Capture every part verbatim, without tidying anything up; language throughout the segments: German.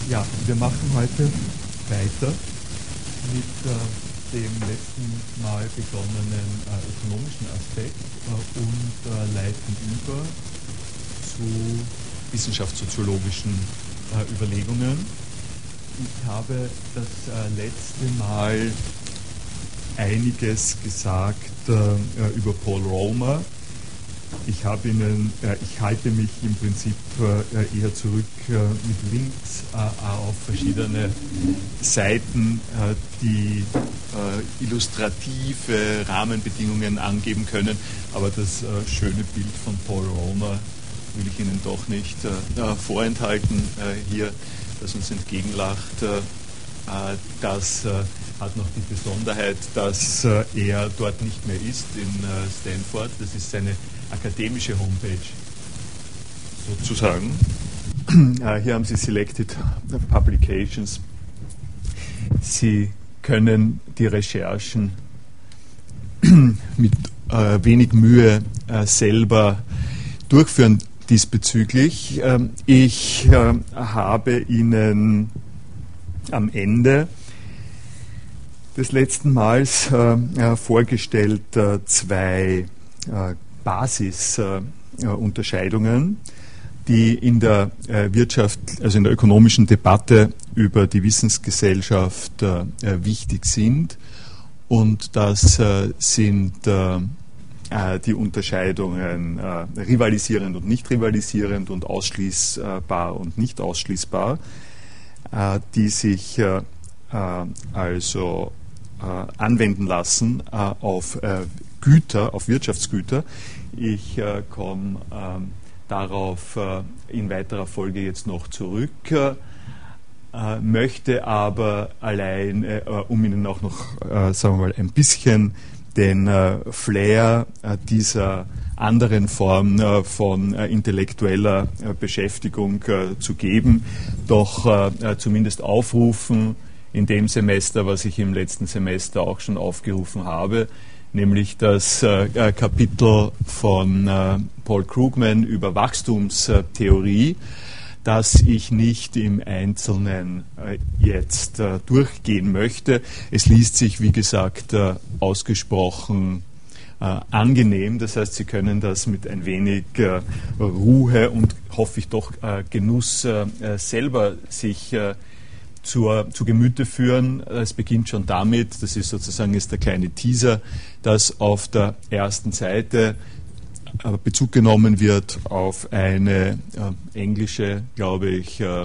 Ja, wir machen heute weiter mit äh, dem letzten Mal begonnenen äh, ökonomischen Aspekt äh, und äh, leiten über zu wissenschaftssoziologischen äh, Überlegungen. Ich habe das äh, letzte Mal einiges gesagt äh, über Paul Romer. Ich habe Ihnen, äh, ich halte mich im Prinzip äh, eher zurück äh, mit Links äh, auf verschiedene Seiten, äh, die äh, illustrative Rahmenbedingungen angeben können, aber das äh, schöne Bild von Paul Romer will ich Ihnen doch nicht äh, vorenthalten äh, hier, das uns entgegenlacht. Äh, das äh, hat noch die Besonderheit, dass äh, er dort nicht mehr ist in äh, Stanford. Das ist seine akademische Homepage sozusagen. Äh, hier haben Sie Selected Publications. Sie können die Recherchen mit äh, wenig Mühe äh, selber durchführen diesbezüglich. Ähm, ich äh, habe Ihnen am Ende des letzten Mals äh, vorgestellt äh, zwei äh, Basisunterscheidungen, äh, die in der äh, Wirtschaft, also in der ökonomischen Debatte über die Wissensgesellschaft äh, wichtig sind. Und das äh, sind äh, die Unterscheidungen äh, rivalisierend und nicht rivalisierend und ausschließbar und nicht ausschließbar, äh, die sich äh, also äh, anwenden lassen äh, auf äh, Güter, auf Wirtschaftsgüter. Ich äh, komme äh, darauf äh, in weiterer Folge jetzt noch zurück, äh, möchte aber allein, äh, um Ihnen auch noch, äh, sagen wir mal, ein bisschen den äh, Flair äh, dieser anderen Form äh, von äh, intellektueller äh, Beschäftigung äh, zu geben, doch äh, zumindest aufrufen in dem Semester, was ich im letzten Semester auch schon aufgerufen habe, nämlich das äh, Kapitel von äh, Paul Krugman über Wachstumstheorie, das ich nicht im Einzelnen äh, jetzt äh, durchgehen möchte. Es liest sich, wie gesagt, äh, ausgesprochen äh, angenehm. Das heißt, Sie können das mit ein wenig äh, Ruhe und, hoffe ich doch, äh, Genuss äh, selber sich äh, zur, zu Gemüte führen. Es beginnt schon damit, das ist sozusagen ist der kleine Teaser, dass auf der ersten Seite Bezug genommen wird auf eine äh, englische, glaube ich, äh,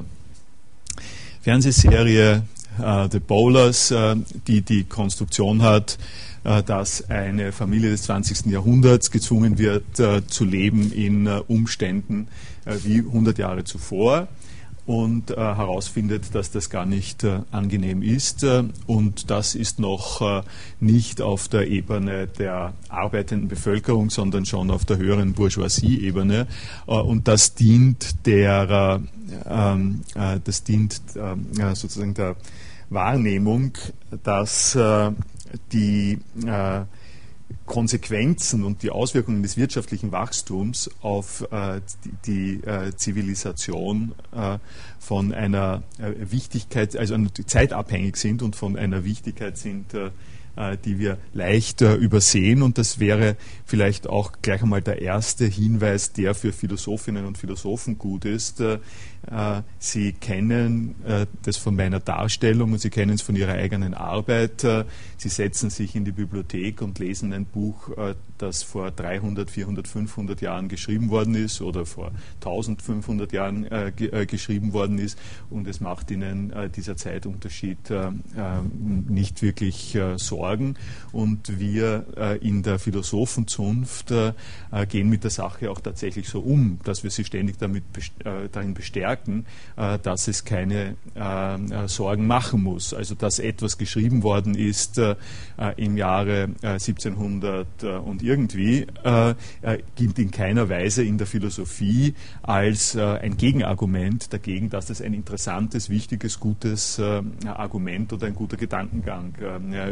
Fernsehserie äh, The Bowlers, äh, die die Konstruktion hat, äh, dass eine Familie des zwanzigsten Jahrhunderts gezwungen wird, äh, zu leben in äh, Umständen äh, wie hundert Jahre zuvor. Und äh, herausfindet, dass das gar nicht äh, angenehm ist. Äh, und das ist noch äh, nicht auf der Ebene der arbeitenden Bevölkerung, sondern schon auf der höheren Bourgeoisie-Ebene. Äh, und das dient der, äh, äh, das dient äh, sozusagen der Wahrnehmung, dass äh, die äh, Konsequenzen und die Auswirkungen des wirtschaftlichen Wachstums auf äh, die, die äh, Zivilisation äh, von einer äh, Wichtigkeit, also zeitabhängig sind und von einer Wichtigkeit sind, äh, die wir leicht äh, übersehen. Und das wäre vielleicht auch gleich einmal der erste Hinweis, der für Philosophinnen und Philosophen gut ist. Äh, Sie kennen äh, das von meiner Darstellung und Sie kennen es von Ihrer eigenen Arbeit. Äh, Sie setzen sich in die Bibliothek und lesen ein Buch, äh, das vor dreihundert, vierhundert, fünfhundert Jahren geschrieben worden ist oder vor eintausendfünfhundert Jahren äh, ge äh, geschrieben worden ist, und es macht Ihnen äh, dieser Zeitunterschied äh, nicht wirklich äh, Sorgen. Und wir äh, in der Philosophenzunft äh, gehen mit der Sache auch tatsächlich so um, dass wir sie ständig damit best äh, darin bestärken, äh, dass es keine äh, Sorgen machen muss. Also dass etwas geschrieben worden ist äh, im Jahre äh, siebzehnhundert äh, und irgendwie, äh, gilt in keiner Weise in der Philosophie als äh, ein Gegenargument dagegen, dass das ein interessantes, wichtiges, gutes äh, Argument oder ein guter Gedankengang äh, wäre.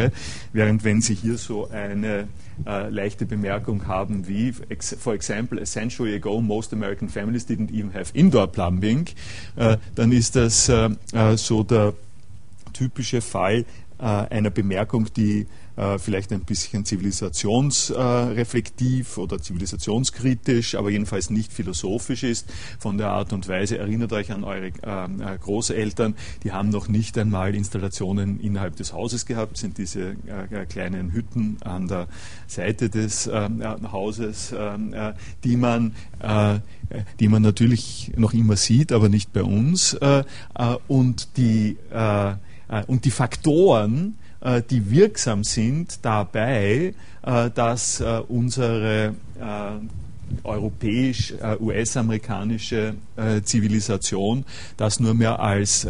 wäre, während wenn Sie hier so eine äh, leichte Bemerkung haben wie, for example, a century ago most American families didn't even have indoor plumbing, äh, dann ist das äh, so der typische Fall äh, einer Bemerkung, die äh, vielleicht ein bisschen zivilisationsreflektiv äh, oder zivilisationskritisch, aber jedenfalls nicht philosophisch ist, von der Art und Weise. Erinnert euch an eure äh, Großeltern, die haben noch nicht einmal Installationen innerhalb des Hauses gehabt, sind diese äh, kleinen Hütten an der Seite des äh, Hauses, äh, die man äh, die man natürlich noch immer sieht, aber nicht bei uns. Äh, äh, und die äh, und die Faktoren, die wirksam sind dabei, dass unsere europäisch-U S-amerikanische Zivilisation das nur mehr als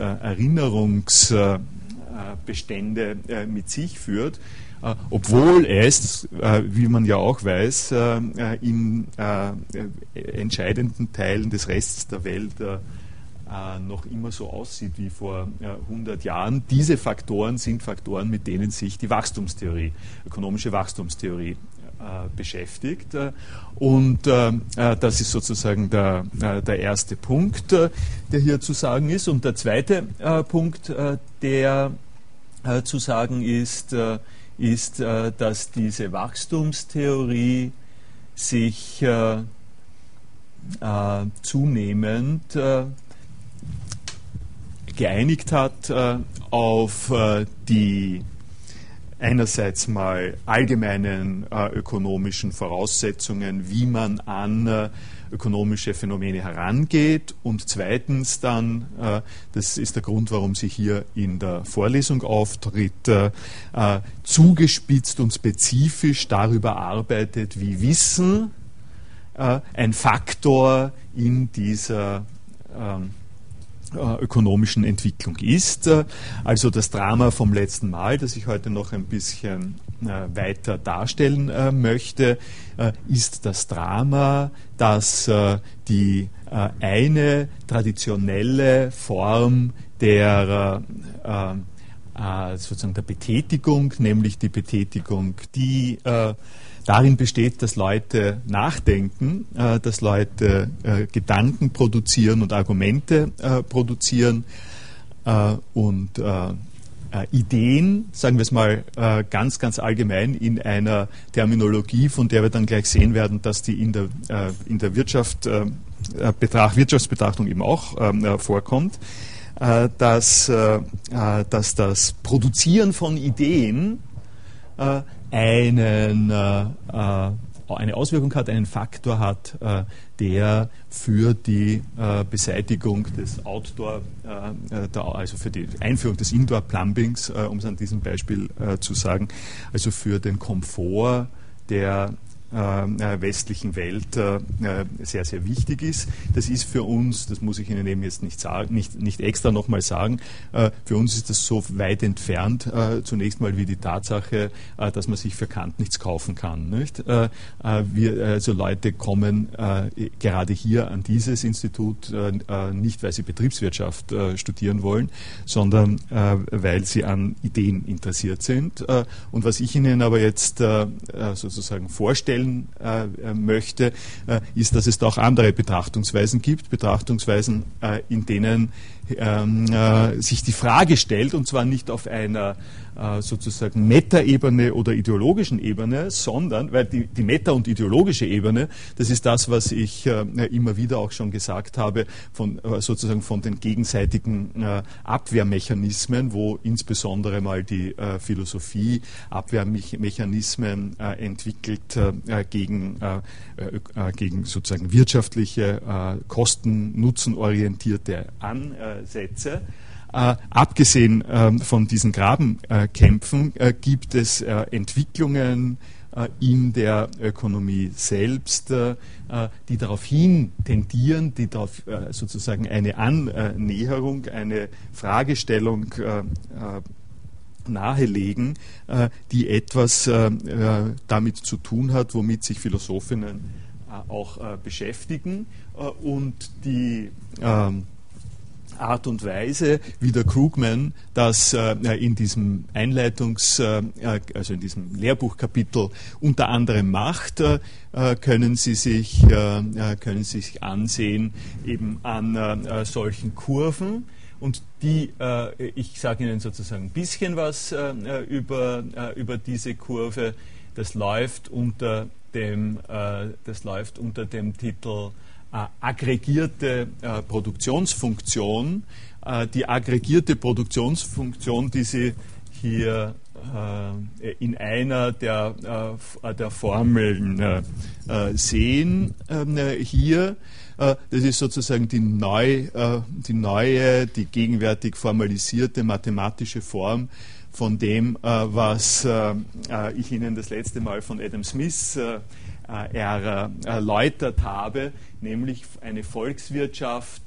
Erinnerungsbestände mit sich führt, obwohl es, wie man ja auch weiß, in entscheidenden Teilen des Restes der Welt noch immer so aussieht wie vor hundert Jahren. Diese Faktoren sind Faktoren, mit denen sich die Wachstumstheorie, ökonomische Wachstumstheorie äh, beschäftigt. Und äh, das ist sozusagen der, äh, der erste Punkt, äh, der hier zu sagen ist. Und der zweite äh, Punkt, äh, der äh, zu sagen ist, äh, ist, äh, dass diese Wachstumstheorie sich äh, äh, zunehmend äh, geeinigt hat äh, auf äh, die einerseits mal allgemeinen äh, ökonomischen Voraussetzungen, wie man an äh, ökonomische Phänomene herangeht, und zweitens dann, äh, das ist der Grund, warum sie hier in der Vorlesung auftritt, äh, äh, zugespitzt und spezifisch darüber arbeitet, wie Wissen äh, ein Faktor in dieser ähm, ökonomischen Entwicklung ist. Also das Drama vom letzten Mal, das ich heute noch ein bisschen äh, weiter darstellen äh, möchte, äh, ist das Drama, dass äh, die äh, eine traditionelle Form der äh, äh, sozusagen der Betätigung, nämlich die Betätigung, die äh, darin besteht, dass Leute nachdenken, äh, dass Leute äh, Gedanken produzieren und Argumente äh, produzieren äh, und äh, äh, Ideen, sagen wir es mal äh, ganz, ganz allgemein in einer Terminologie, von der wir dann gleich sehen werden, dass die in der, äh, in der Wirtschaft, äh, Betracht, Wirtschaftsbetrachtung eben auch äh, vorkommt, äh, dass, äh, dass das Produzieren von Ideen äh, einen, äh, eine Auswirkung hat, einen Faktor hat, äh, der für die äh, Beseitigung des Outdoor, äh, der, also für die Einführung des Indoor-Plumbings, äh, um es an diesem Beispiel äh, zu sagen, also für den Komfort der äh, westlichen Welt äh, sehr, sehr wichtig ist. Das ist für uns, das muss ich Ihnen eben jetzt nicht, sagen, nicht, nicht extra nochmal sagen, äh, für uns ist das so weit entfernt, äh, zunächst mal wie die Tatsache, äh, dass man sich für Kant nichts kaufen kann. Nicht? Äh, wir, also Leute kommen äh, gerade hier an dieses Institut äh, nicht, weil sie Betriebswirtschaft äh, studieren wollen, sondern äh, weil sie an Ideen interessiert sind. Äh, und was ich Ihnen aber jetzt äh, sozusagen vorstellen Äh, möchte, äh, ist, dass es da auch andere Betrachtungsweisen gibt, Betrachtungsweisen, äh, in denen ähm, äh, sich die Frage stellt, und zwar nicht auf einer äh, sozusagen Meta-Ebene oder ideologischen Ebene, sondern, weil die, die Meta- und ideologische Ebene, das ist das, was ich äh, immer wieder auch schon gesagt habe, von, äh, sozusagen von den gegenseitigen äh, Abwehrmechanismen, wo insbesondere mal die äh, Philosophie Abwehrmechanismen äh, entwickelt äh, gegen, äh, äh, gegen sozusagen wirtschaftliche, äh, kosten-nutzen-orientierte Ansätze. Äh, abgesehen äh, von diesen Grabenkämpfen äh, gibt es äh, Entwicklungen äh, in der Ökonomie selbst, äh, die darauf hin tendieren, die darauf äh, sozusagen eine Annäherung, eine Fragestellung äh, äh, nahelegen, äh, die etwas äh, damit zu tun hat, womit sich Philosophinnen äh, auch äh, beschäftigen, äh, und die ähm, Art und Weise, wie der Krugman das äh, in diesem Einleitungs-, äh, also in diesem Lehrbuchkapitel unter anderem macht, äh, können Sie sich, äh, können Sie sich ansehen eben an äh, solchen Kurven. Und die, äh, ich sage Ihnen sozusagen ein bisschen was äh, über, äh, über diese Kurve. Das läuft unter dem, äh, das läuft unter dem Titel äh, aggregierte äh, Produktionsfunktion. Äh, die aggregierte Produktionsfunktion, die Sie hier äh, in einer der, äh, der Formeln äh, sehen, äh, hier. Das ist sozusagen die, neu, die neue, die gegenwärtig formalisierte mathematische Form von dem, was ich Ihnen das letzte Mal von Adam Smith erläutert habe, nämlich eine Volkswirtschaft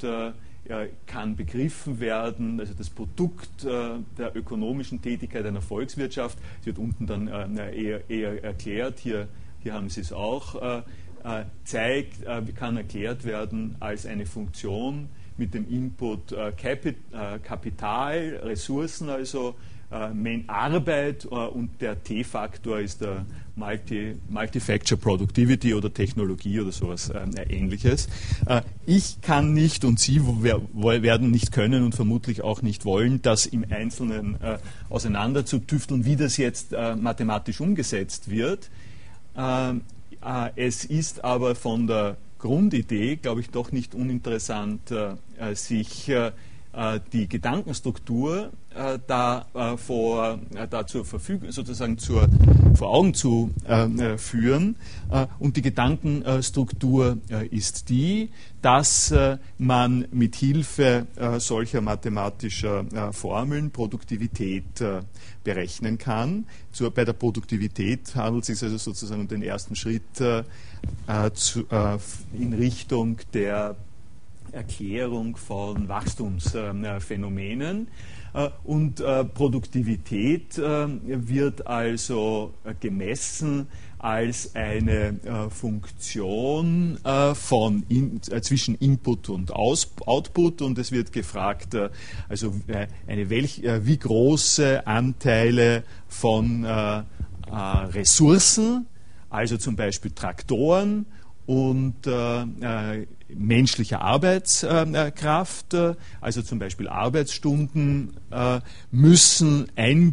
kann begriffen werden, also das Produkt der ökonomischen Tätigkeit einer Volkswirtschaft, es wird unten dann eher, eher erklärt, hier, hier haben Sie es auch, zeigt, äh, kann erklärt werden als eine Funktion mit dem Input äh, Kapit äh, Kapital, Ressourcen, also äh, Arbeit äh, und der T-Faktor ist der Multi, Multifactor Productivity oder Technologie oder sowas äh, Ähnliches. Äh, ich kann nicht und Sie werden nicht können und vermutlich auch nicht wollen, das im Einzelnen äh, auseinanderzutüfteln, wie das jetzt äh, mathematisch umgesetzt wird. Äh, Es ist aber von der Grundidee, glaube ich, doch nicht uninteressant, äh, sich äh, die Gedankenstruktur äh, da, äh, vor, äh, da zur Verfügung, sozusagen zur, vor Augen zu äh, führen. Äh, und die Gedankenstruktur äh, ist die, dass äh, man mit Hilfe äh, solcher mathematischer äh, Formeln Produktivität äh, berechnen kann. Zur, bei der Produktivität handelt es sich also sozusagen um den ersten Schritt äh, zu, äh, in Richtung der Erklärung von Wachstumsphänomenen. Äh, und äh, Produktivität äh, wird also äh, gemessen als eine äh, Funktion äh, von in, äh, zwischen Input und Aus, Output, und es wird gefragt, äh, also äh, eine welch, äh, wie große Anteile von äh, äh, Ressourcen, also zum Beispiel Traktoren und äh, äh, menschlicher Arbeitskraft, äh, also zum Beispiel Arbeitsstunden, äh, müssen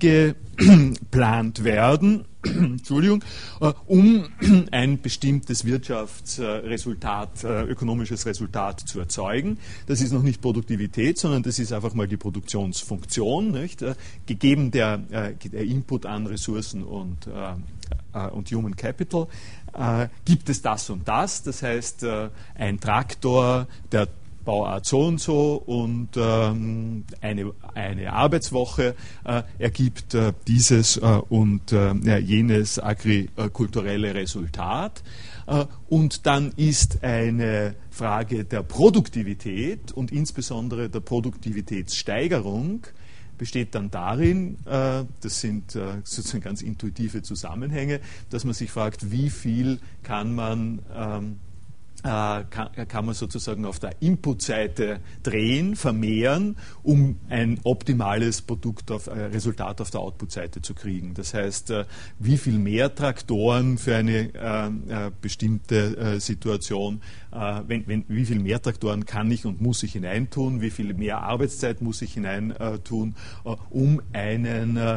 eingeplant werden, Entschuldigung, äh, um ein bestimmtes Wirtschaftsresultat, äh, ökonomisches Resultat zu erzeugen. Das ist noch nicht Produktivität, sondern das ist einfach mal die Produktionsfunktion, nicht? Äh, gegeben der, äh, der Input an Ressourcen und, äh, äh, und Human Capital, äh, gibt es das und das. Das heißt, äh, ein Traktor, der Bauart so und so und ähm, eine, eine Arbeitswoche äh, ergibt äh, dieses äh, und äh, jenes agrikulturelle Resultat. Äh, und dann ist eine Frage der Produktivität und insbesondere der Produktivitätssteigerung besteht dann darin, äh, das sind äh, sozusagen ganz intuitive Zusammenhänge, dass man sich fragt, wie viel kann man ähm, Kann, kann man sozusagen auf der Input-Seite drehen, vermehren, um ein optimales Produkt auf, äh, Resultat auf der Output-Seite zu kriegen. Das heißt, äh, wie viel mehr Traktoren für eine äh, äh, bestimmte äh, Situation, äh, wenn, wenn, wie viel mehr Traktoren kann ich und muss ich hineintun, wie viel mehr Arbeitszeit muss ich hineintun, äh, um einen äh,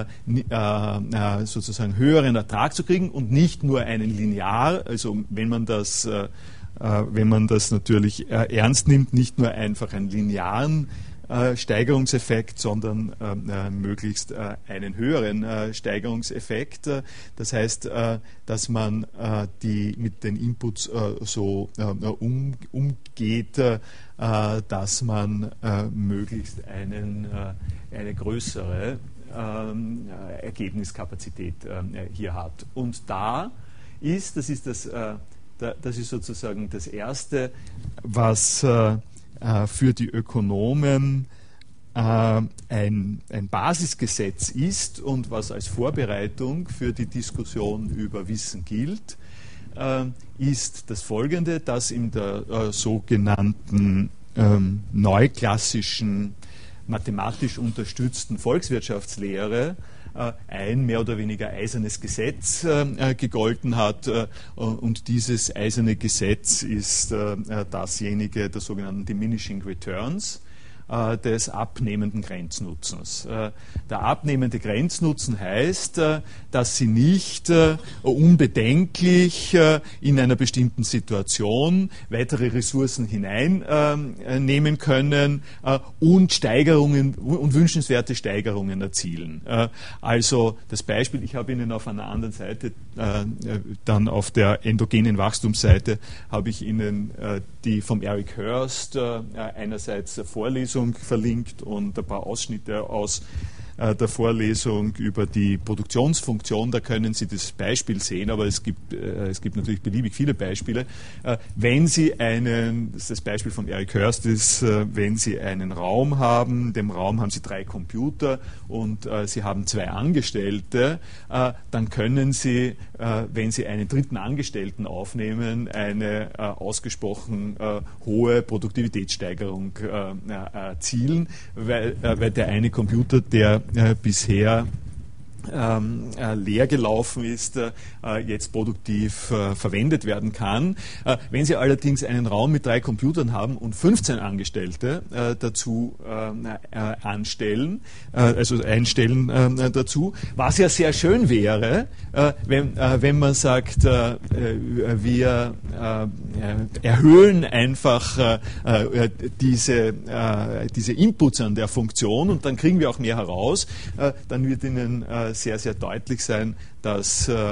äh, sozusagen höheren Ertrag zu kriegen und nicht nur einen linear, also wenn man das äh, wenn man das natürlich äh, ernst nimmt, nicht nur einfach einen linearen äh, Steigerungseffekt, sondern äh, möglichst äh, einen höheren äh, Steigerungseffekt. Das heißt, äh, dass man äh, die mit den Inputs äh, so äh, um, umgeht, äh, dass man äh, möglichst einen, äh, eine größere äh, Ergebniskapazität äh, hier hat. Und da ist, das ist das äh, Das ist sozusagen das Erste, was äh, für die Ökonomen äh, ein, ein Basisgesetz ist und was als Vorbereitung für die Diskussion über Wissen gilt, äh, ist das Folgende, dass in der äh, sogenannten ähm, neuklassischen, mathematisch unterstützten Volkswirtschaftslehre ein mehr oder weniger eisernes Gesetz äh, gegolten hat, äh, und dieses eiserne Gesetz ist äh, dasjenige der sogenannten Diminishing Returns, äh, des abnehmenden Grenznutzens. Äh, der abnehmende Grenznutzen heißt, äh, dass Sie nicht äh, unbedenklich äh, in einer bestimmten Situation weitere Ressourcen hineinnehmen äh, können äh, und Steigerungen und wünschenswerte Steigerungen erzielen. Äh, also das Beispiel, ich habe Ihnen auf einer anderen Seite, äh, dann auf der endogenen Wachstumsseite, habe ich Ihnen äh, die vom Eric Hurst äh, einerseits Vorlesung verlinkt und ein paar Ausschnitte aus äh, der Vorlesung über die Produktionsfunktion. Da können Sie das Beispiel sehen, aber es gibt, äh, es gibt natürlich beliebig viele Beispiele. Äh, wenn Sie einen, das ist das Beispiel von Eric Hurst, ist, äh, wenn Sie einen Raum haben, in dem Raum haben Sie drei Computer und äh, Sie haben zwei Angestellte, äh, dann können Sie, äh, wenn Sie einen dritten Angestellten aufnehmen, eine äh, ausgesprochen äh, hohe Produktivitätssteigerung äh, erzielen, weil, äh, weil der eine Computer, der äh, bisher Ähm, äh, leer gelaufen ist, äh, jetzt produktiv äh, verwendet werden kann. Äh, wenn Sie allerdings einen Raum mit drei Computern haben und fünfzehn Angestellte äh, dazu äh, äh, anstellen, äh, also einstellen äh, dazu, was ja sehr schön wäre, äh, wenn, äh, wenn man sagt, äh, wir äh, erhöhen einfach äh, diese, äh, diese Inputs an der Funktion und dann kriegen wir auch mehr heraus, äh, dann wird Ihnen äh, sehr, sehr deutlich sein, dass, äh,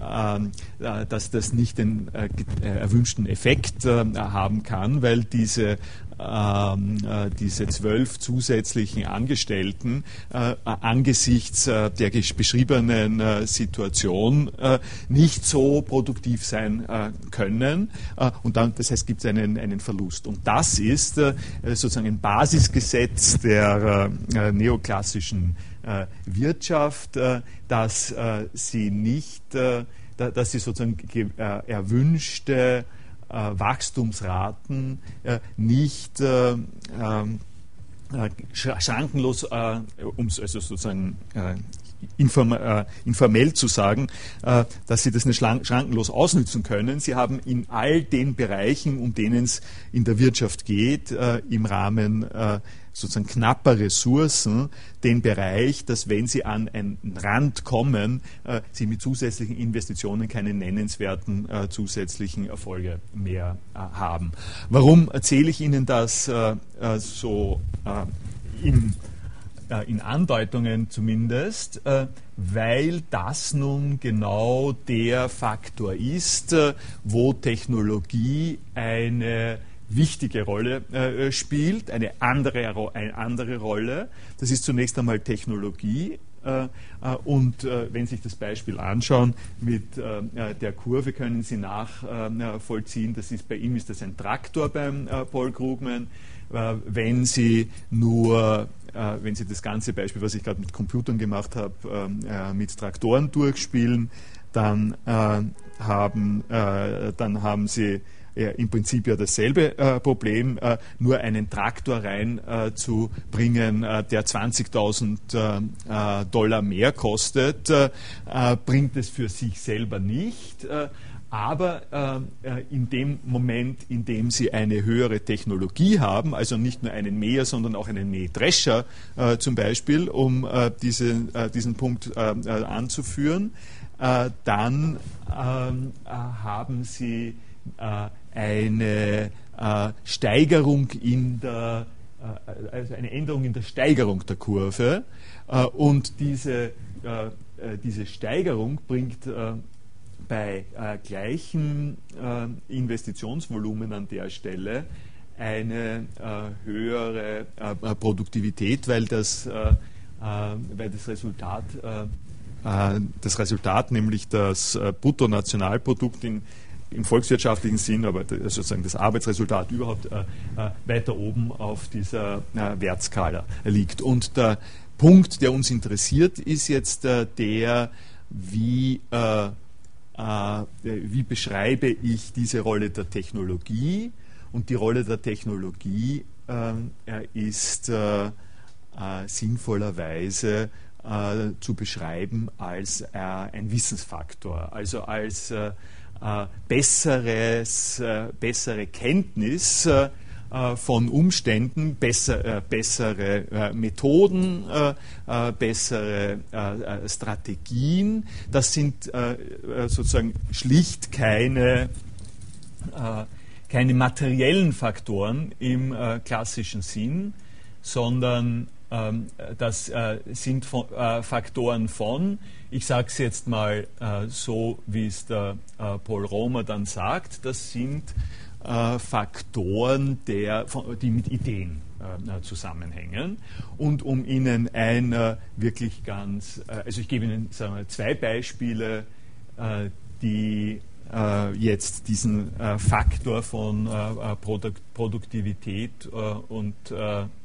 äh, dass das nicht den äh, erwünschten Effekt äh, haben kann, weil diese Ähm, äh, diese zwölf zusätzlichen Angestellten äh, angesichts äh, der beschriebenen äh, Situation äh, nicht so produktiv sein äh, können. Äh, und dann, das heißt, gibt es einen, einen Verlust. Und das ist äh, sozusagen ein Basisgesetz der äh, neoklassischen äh, Wirtschaft, äh, dass äh, sie nicht, äh, dass sie sozusagen äh, erwünschte Äh, Wachstumsraten äh, nicht äh, äh, schrankenlos, äh, um es also sozusagen äh, inform, äh, informell zu sagen, äh, dass sie das nicht schrankenlos ausnützen können. Sie haben in all den Bereichen, um denen es in der Wirtschaft geht, äh, im Rahmen äh, sozusagen knapper Ressourcen den Bereich, dass wenn Sie an einen Rand kommen, äh, Sie mit zusätzlichen Investitionen keine nennenswerten äh, zusätzlichen Erfolge mehr äh, haben. Warum erzähle ich Ihnen das äh, äh, so äh, im in Andeutungen zumindest, weil das nun genau der Faktor ist, wo Technologie eine wichtige Rolle äh, spielt, eine andere, eine andere Rolle. Das ist zunächst einmal Technologie. Äh, äh, und äh, wenn Sie sich das Beispiel anschauen, mit äh, der Kurve können Sie nachvollziehen, das ist, bei ihm ist das ein Traktor beim äh, Paul Krugman. Äh, wenn Sie nur äh, wenn Sie das ganze Beispiel, was ich gerade mit Computern gemacht habe, äh, mit Traktoren durchspielen, dann äh, haben, äh, dann haben Sie ja, im Prinzip ja dasselbe äh, Problem, äh, nur einen Traktor reinzubringen, äh, äh, der zwanzigtausend äh, äh, Dollar mehr kostet, äh, äh, bringt es für sich selber nicht. Äh, aber äh, in dem Moment, in dem Sie eine höhere Technologie haben, also nicht nur einen Mäher, sondern auch einen Mähdrescher äh, zum Beispiel, um äh, diese, äh, diesen Punkt äh, äh, anzuführen, äh, dann äh, haben Sie äh, eine äh, Steigerung in der, äh, also eine Änderung in der Steigerung der Kurve, äh, und diese, äh, diese Steigerung bringt äh, bei äh, gleichem äh, Investitionsvolumen an der Stelle eine äh, höhere äh, Produktivität, weil das, äh, äh, weil das Resultat äh, das Resultat, nämlich das äh, Bruttonationalprodukt in im volkswirtschaftlichen Sinn, aber das, sozusagen das Arbeitsresultat überhaupt äh, äh, weiter oben auf dieser äh, Wertskala liegt. Und der Punkt, der uns interessiert, ist jetzt äh, der, wie, äh, äh, wie beschreibe ich diese Rolle der Technologie und die Rolle der Technologie ähm, er ist äh, äh, sinnvollerweise äh, zu beschreiben als äh, ein Wissensfaktor, also als äh, äh, besseres, äh, bessere Kenntnis äh, von Umständen, besser, äh, bessere äh, Methoden, äh, äh, bessere äh, Strategien. Das sind äh, sozusagen schlicht keine, äh, keine materiellen Faktoren im äh, klassischen Sinn, sondern ähm, das äh, sind von, äh, Faktoren von, ich sage es jetzt mal äh, so, wie es der äh, Paul Romer dann sagt, das sind Äh, Faktoren, der, die mit Ideen äh, zusammenhängen. Und um Ihnen ein äh, wirklich ganz, äh, also ich gebe Ihnen sagen wir, zwei Beispiele, äh, die äh, jetzt diesen äh, Faktor von äh, Produk Produktivität äh, und, äh, äh,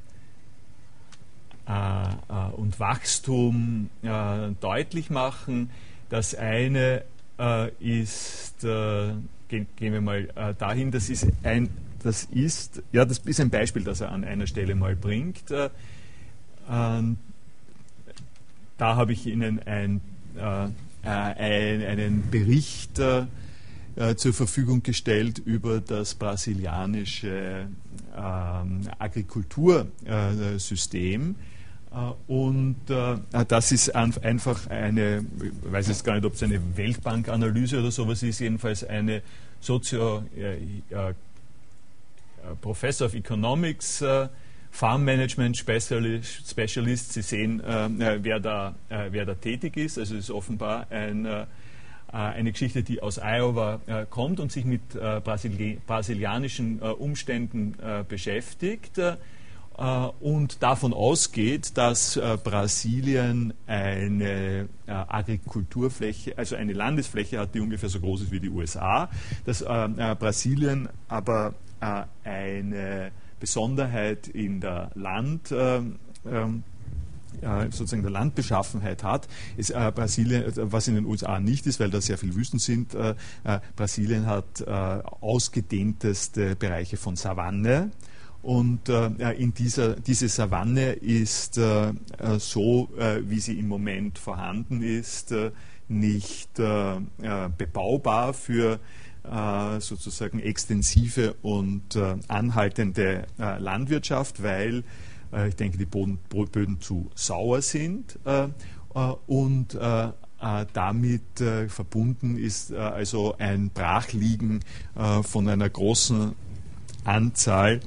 und Wachstum äh, deutlich machen. Das eine äh, ist äh, Gehen, gehen wir mal äh, dahin, das ist ein, das ist, ja, das ist ein Beispiel, das er an einer Stelle mal bringt. Äh, äh, da habe ich Ihnen ein, äh, ein, einen Bericht äh, zur Verfügung gestellt über das brasilianische äh, Agrikultursystem. Und äh, das ist einfach eine, ich weiß jetzt gar nicht, ob es eine Weltbankanalyse oder sowas ist, jedenfalls eine Sozio, äh, äh, Professor of Economics, äh, Farm Management Specialist, Specialist. Sie sehen, äh, wer, da, äh, wer da tätig ist. Also es ist offenbar ein, äh, eine Geschichte, die aus Iowa äh, kommt und sich mit äh, Brasili brasilianischen äh, Umständen äh, beschäftigt. Äh, und davon ausgeht, dass äh, Brasilien eine äh, Agrikulturfläche, also eine Landesfläche hat, die ungefähr so groß ist wie die U S A, dass äh, äh, Brasilien aber äh, eine Besonderheit in der Land, äh, äh, sozusagen der Landbeschaffenheit hat, ist äh, Brasilien, was in den U S A nicht ist, weil da sehr viele Wüsten sind. Äh, äh, Brasilien hat äh, ausgedehnteste Bereiche von Savanne. Und äh, in dieser diese Savanne ist äh, so, äh, wie sie im Moment vorhanden ist, äh, nicht äh, bebaubar für äh, sozusagen extensive und äh, anhaltende äh, Landwirtschaft, weil äh, ich denke, die Boden, Böden zu sauer sind äh, äh, und äh, Äh, damit äh, verbunden ist äh, also ein Brachliegen äh, von einer großen Anzahl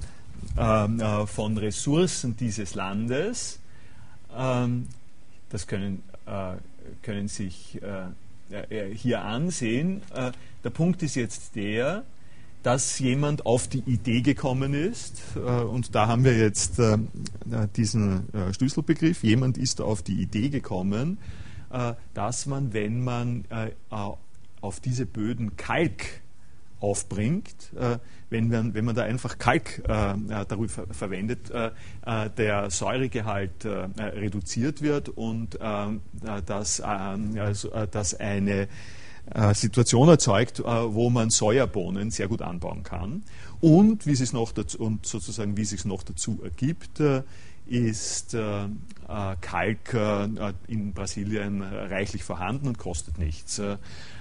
äh, von Ressourcen dieses Landes. Ähm, das können, äh, können sich äh, hier ansehen. Äh, der Punkt ist jetzt der, dass jemand auf die Idee gekommen ist, äh, und da haben wir jetzt äh, diesen äh, Schlüsselbegriff, jemand ist auf die Idee gekommen, dass man, wenn man äh, auf diese Böden Kalk aufbringt, äh, wenn, man, wenn man da einfach Kalk äh, darüber ver verwendet, äh, der Säuregehalt äh, reduziert wird und äh, dass, äh, also, äh, dass eine äh, Situation erzeugt, äh, wo man Sojabohnen sehr gut anbauen kann. Und wie es noch dazu, und sozusagen wie es sich noch dazu ergibt, äh, ist äh, Kalk äh, in Brasilien reichlich vorhanden und kostet nichts. Äh,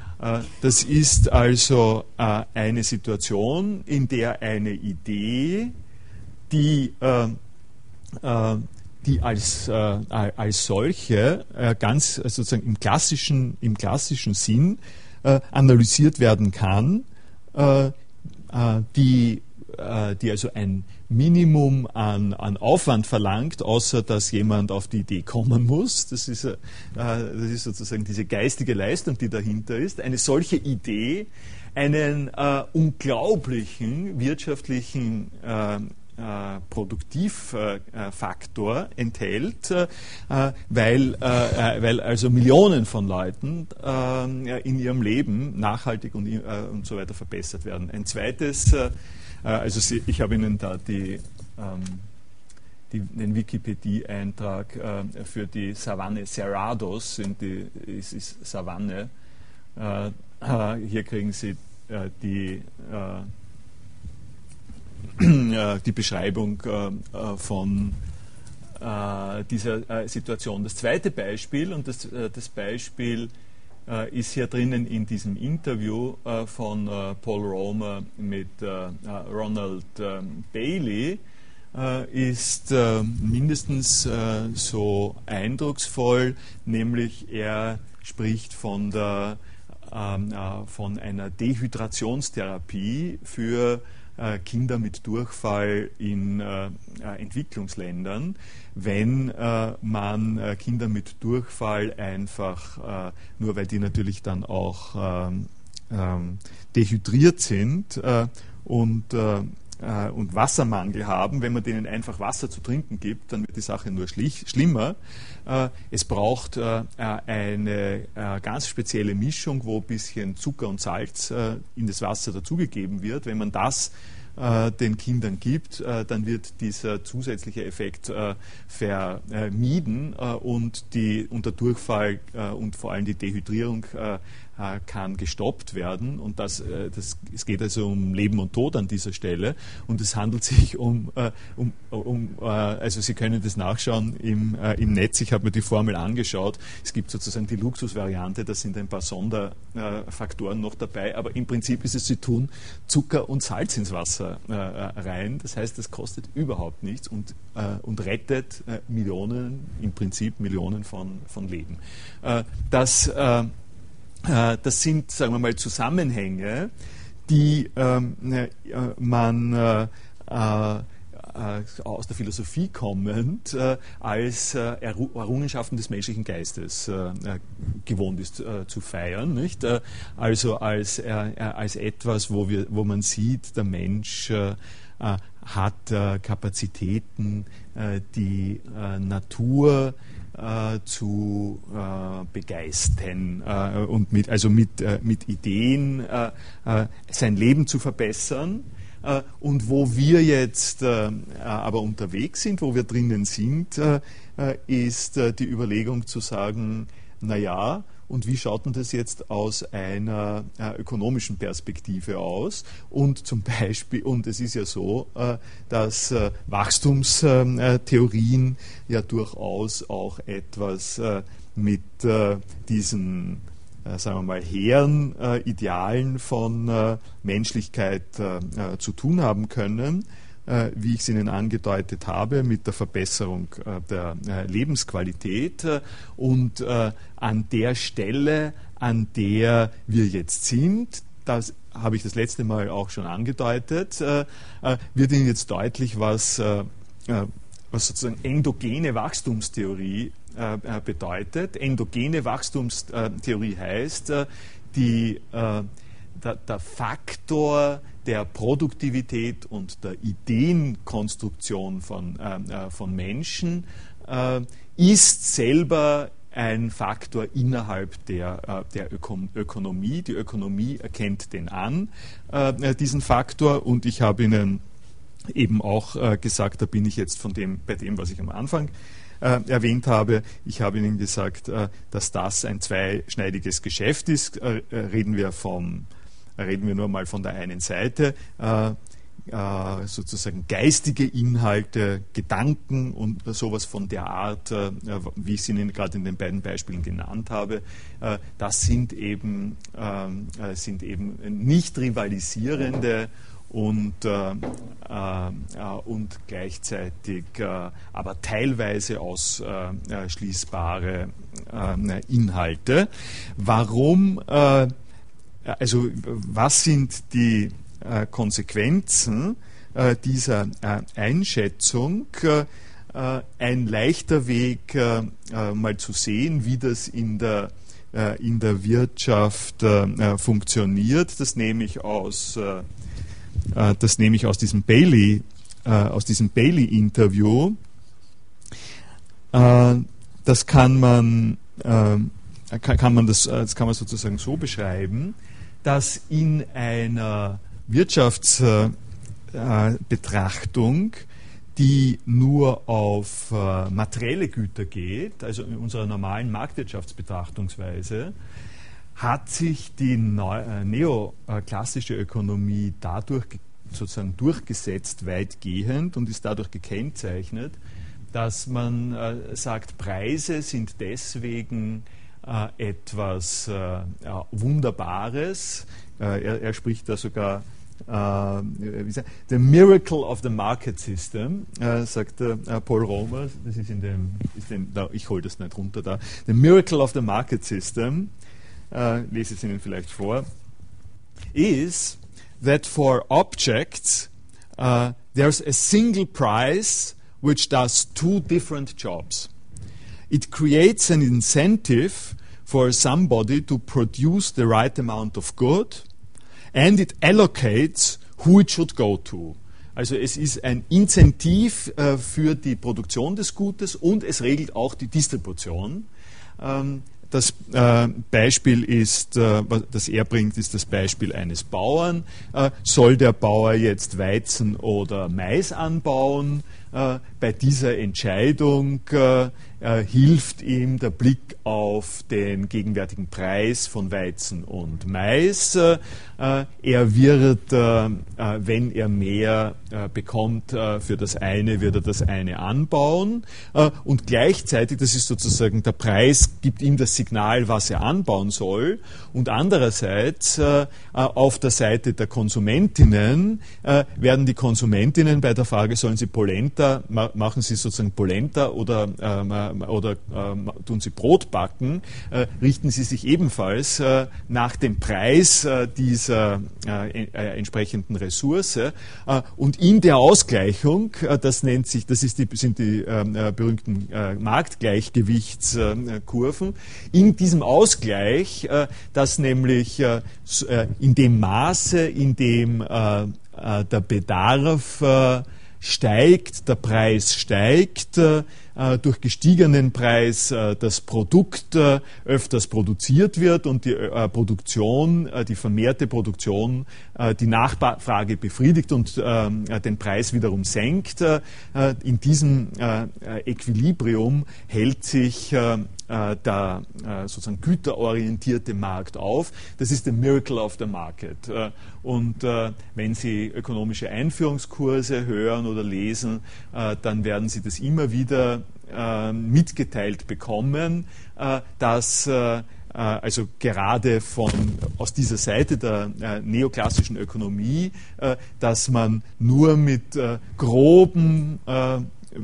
das ist also äh, eine Situation, in der eine Idee, die, äh, äh, die als, äh, als solche äh, ganz sozusagen im klassischen, im klassischen Sinn äh, analysiert werden kann, äh, äh, die, äh, die also ein Minimum an, an Aufwand verlangt, außer dass jemand auf die Idee kommen muss. Das ist, äh, das ist sozusagen diese geistige Leistung, die dahinter ist. Eine solche Idee einen äh, unglaublichen wirtschaftlichen äh, äh, Produktivfaktor äh, enthält, äh, weil, äh, weil also Millionen von Leuten äh, in ihrem Leben nachhaltig und, äh, und so weiter verbessert werden. Ein zweites äh, Also Sie, ich habe Ihnen da die, ähm, die, den Wikipedia-Eintrag äh, für die Savanne Cerrados, sind die, es ist Savanne. Äh, äh, hier kriegen Sie äh, die, äh, äh, die Beschreibung äh, von äh, dieser äh, Situation. Das zweite Beispiel, und das, äh, das Beispiel äh, ist hier drinnen in diesem Interview äh, von äh, Paul Romer mit äh, Ronald äh, Bailey, äh, ist äh, mindestens äh, so eindrucksvoll, nämlich er spricht von, der, ähm, äh, von einer Dehydrationstherapie für äh, Kinder mit Durchfall in äh, Entwicklungsländern, wenn äh, man äh, Kinder mit Durchfall einfach, äh, nur weil die natürlich dann auch ähm, ähm, dehydriert sind äh, und äh, und Wassermangel haben, wenn man denen einfach Wasser zu trinken gibt, dann wird die Sache nur schlimmer. Es braucht eine ganz spezielle Mischung, wo ein bisschen Zucker und Salz in das Wasser dazugegeben wird. Wenn man das den Kindern gibt, dann wird dieser zusätzliche Effekt vermieden und, die, und der Durchfall und vor allem die Dehydrierung kann gestoppt werden, und das, das, es geht also um Leben und Tod an dieser Stelle, und es handelt sich um, um, um also Sie können das nachschauen im, im Netz, ich habe mir die Formel angeschaut, es gibt sozusagen die Luxusvariante, da sind ein paar Sonderfaktoren noch dabei, aber im Prinzip ist es, Sie tun Zucker und Salz ins Wasser rein, das heißt, das kostet überhaupt nichts und, und rettet Millionen, im Prinzip Millionen von, von Leben. Das Das sind, sagen wir mal, Zusammenhänge, die ähm, äh, man äh, äh, aus der Philosophie kommend äh, als äh, Errungenschaften des menschlichen Geistes äh, gewohnt ist äh, zu feiern. Nicht? Äh, also als, äh, als etwas, wo, wir, wo man sieht, der Mensch äh, hat äh, Kapazitäten, äh, die äh, Natur Äh, zu äh, begeistern äh, und mit, also mit, äh, mit Ideen äh, äh, sein Leben zu verbessern. Äh, und wo wir jetzt äh, aber unterwegs sind, wo wir drinnen sind, äh, ist äh, die Überlegung zu sagen, naja, und wie schaut denn das jetzt aus einer äh, ökonomischen Perspektive aus? Und zum Beispiel, und es ist ja so, äh, dass äh, Wachstumstheorien ja durchaus auch etwas äh, mit äh, diesen, äh, sagen wir mal, hehren äh, Idealen von äh, Menschlichkeit äh, äh, zu tun haben können, äh, wie ich es Ihnen angedeutet habe, mit der Verbesserung äh, der äh, Lebensqualität. Äh, und äh, an der Stelle, an der wir jetzt sind, das habe ich das letzte Mal auch schon angedeutet, äh, äh, wird Ihnen jetzt deutlich, was, äh, was sozusagen endogene Wachstumstheorie äh, bedeutet. Endogene Wachstumstheorie heißt, äh, die, äh, der, der Faktor der Produktivität und der Ideenkonstruktion von, äh, von Menschen äh, ist selber ein Faktor innerhalb der, der Öko- Ökonomie. Die Ökonomie erkennt den an, äh, diesen Faktor, und ich habe Ihnen eben auch äh, gesagt, da bin ich jetzt von dem, bei dem, was ich am Anfang äh, erwähnt habe, ich habe Ihnen gesagt, äh, dass das ein zweischneidiges Geschäft ist. Äh, reden wir vom, reden wir nur mal von der einen Seite, äh, Äh, sozusagen geistige Inhalte, Gedanken und sowas von der Art, äh, wie ich sie Ihnen gerade in den beiden Beispielen genannt habe, äh, das sind eben, äh, sind eben nicht rivalisierende und, äh, äh, und gleichzeitig äh, aber teilweise ausschließbare äh, Inhalte. Warum, äh, also was sind die Konsequenzen äh, dieser äh, Einschätzung? Äh, ein leichter Weg, äh, mal zu sehen, wie das in der, äh, in der Wirtschaft äh, funktioniert, das nehme ich aus, äh, das nehme ich aus diesem Bailey, äh, aus diesem Bailey-Interview. Äh, das kann man, äh, kann, kann man das, das kann man sozusagen so beschreiben, dass in einer Wirtschaftsbetrachtung, äh, die nur auf äh, materielle Güter geht, also in unserer normalen Marktwirtschaftsbetrachtungsweise, hat sich die neu, äh, neoklassische Ökonomie dadurch sozusagen durchgesetzt weitgehend und ist dadurch gekennzeichnet, dass man äh, sagt, Preise sind deswegen äh, etwas äh, ja, Wunderbares. Äh, er, er spricht da sogar Uh, the miracle of the market system, uh, sagt uh, Paul Romer, das ist in dem, ist in, da, ich hole das nicht runter da, the miracle of the market system, uh, lese es Ihnen vielleicht vor, is that for objects uh, there's a single price which does two different jobs. It creates an incentive for somebody to produce the right amount of good, and it allocates who it should go to. Also es ist ein Incentiv äh, für die Produktion des Gutes und es regelt auch die Distribution. Ähm, das äh, Beispiel ist, äh, das er bringt, ist das Beispiel eines Bauern. Äh, soll der Bauer jetzt Weizen oder Mais anbauen? Äh, bei dieser Entscheidung äh, äh, hilft ihm der Blick auf den gegenwärtigen Preis von Weizen und Mais. Äh, er wird, äh, wenn er mehr äh, bekommt äh, für das eine, wird er das eine anbauen. Äh, und gleichzeitig, das ist sozusagen der Preis, gibt ihm das Signal, was er anbauen soll. Und andererseits, äh, auf der Seite der Konsumentinnen, äh, werden die Konsumentinnen bei der Frage, sollen sie Polenta, ma machen sie sozusagen Polenta oder, äh, oder äh, tun sie Brot backen, äh, richten sie sich ebenfalls äh, nach dem Preis äh, dieser äh, äh, entsprechenden Ressource. Äh, und in der Ausgleichung, äh, das nennt sich, das ist die, sind die äh, berühmten äh, Marktgleichgewichtskurven, in diesem Ausgleich, äh, dass nämlich äh, in dem Maße, in dem äh, äh, der Bedarf äh, steigt, der Preis steigt, äh, durch gestiegenen Preis äh, das Produkt äh, öfters produziert wird und die äh, Produktion, äh, die vermehrte Produktion äh, die Nachfrage befriedigt und äh, den Preis wiederum senkt. Äh, in diesem äh, Equilibrium hält sich äh, der äh, sozusagen güterorientierte Markt auf. Das ist the miracle of the market. Äh, und äh, wenn Sie ökonomische Einführungskurse hören oder lesen, äh, dann werden Sie das immer wieder äh, mitgeteilt bekommen, äh, dass äh, also gerade von, aus dieser Seite der äh, neoklassischen Ökonomie, äh, dass man nur mit äh, groben äh,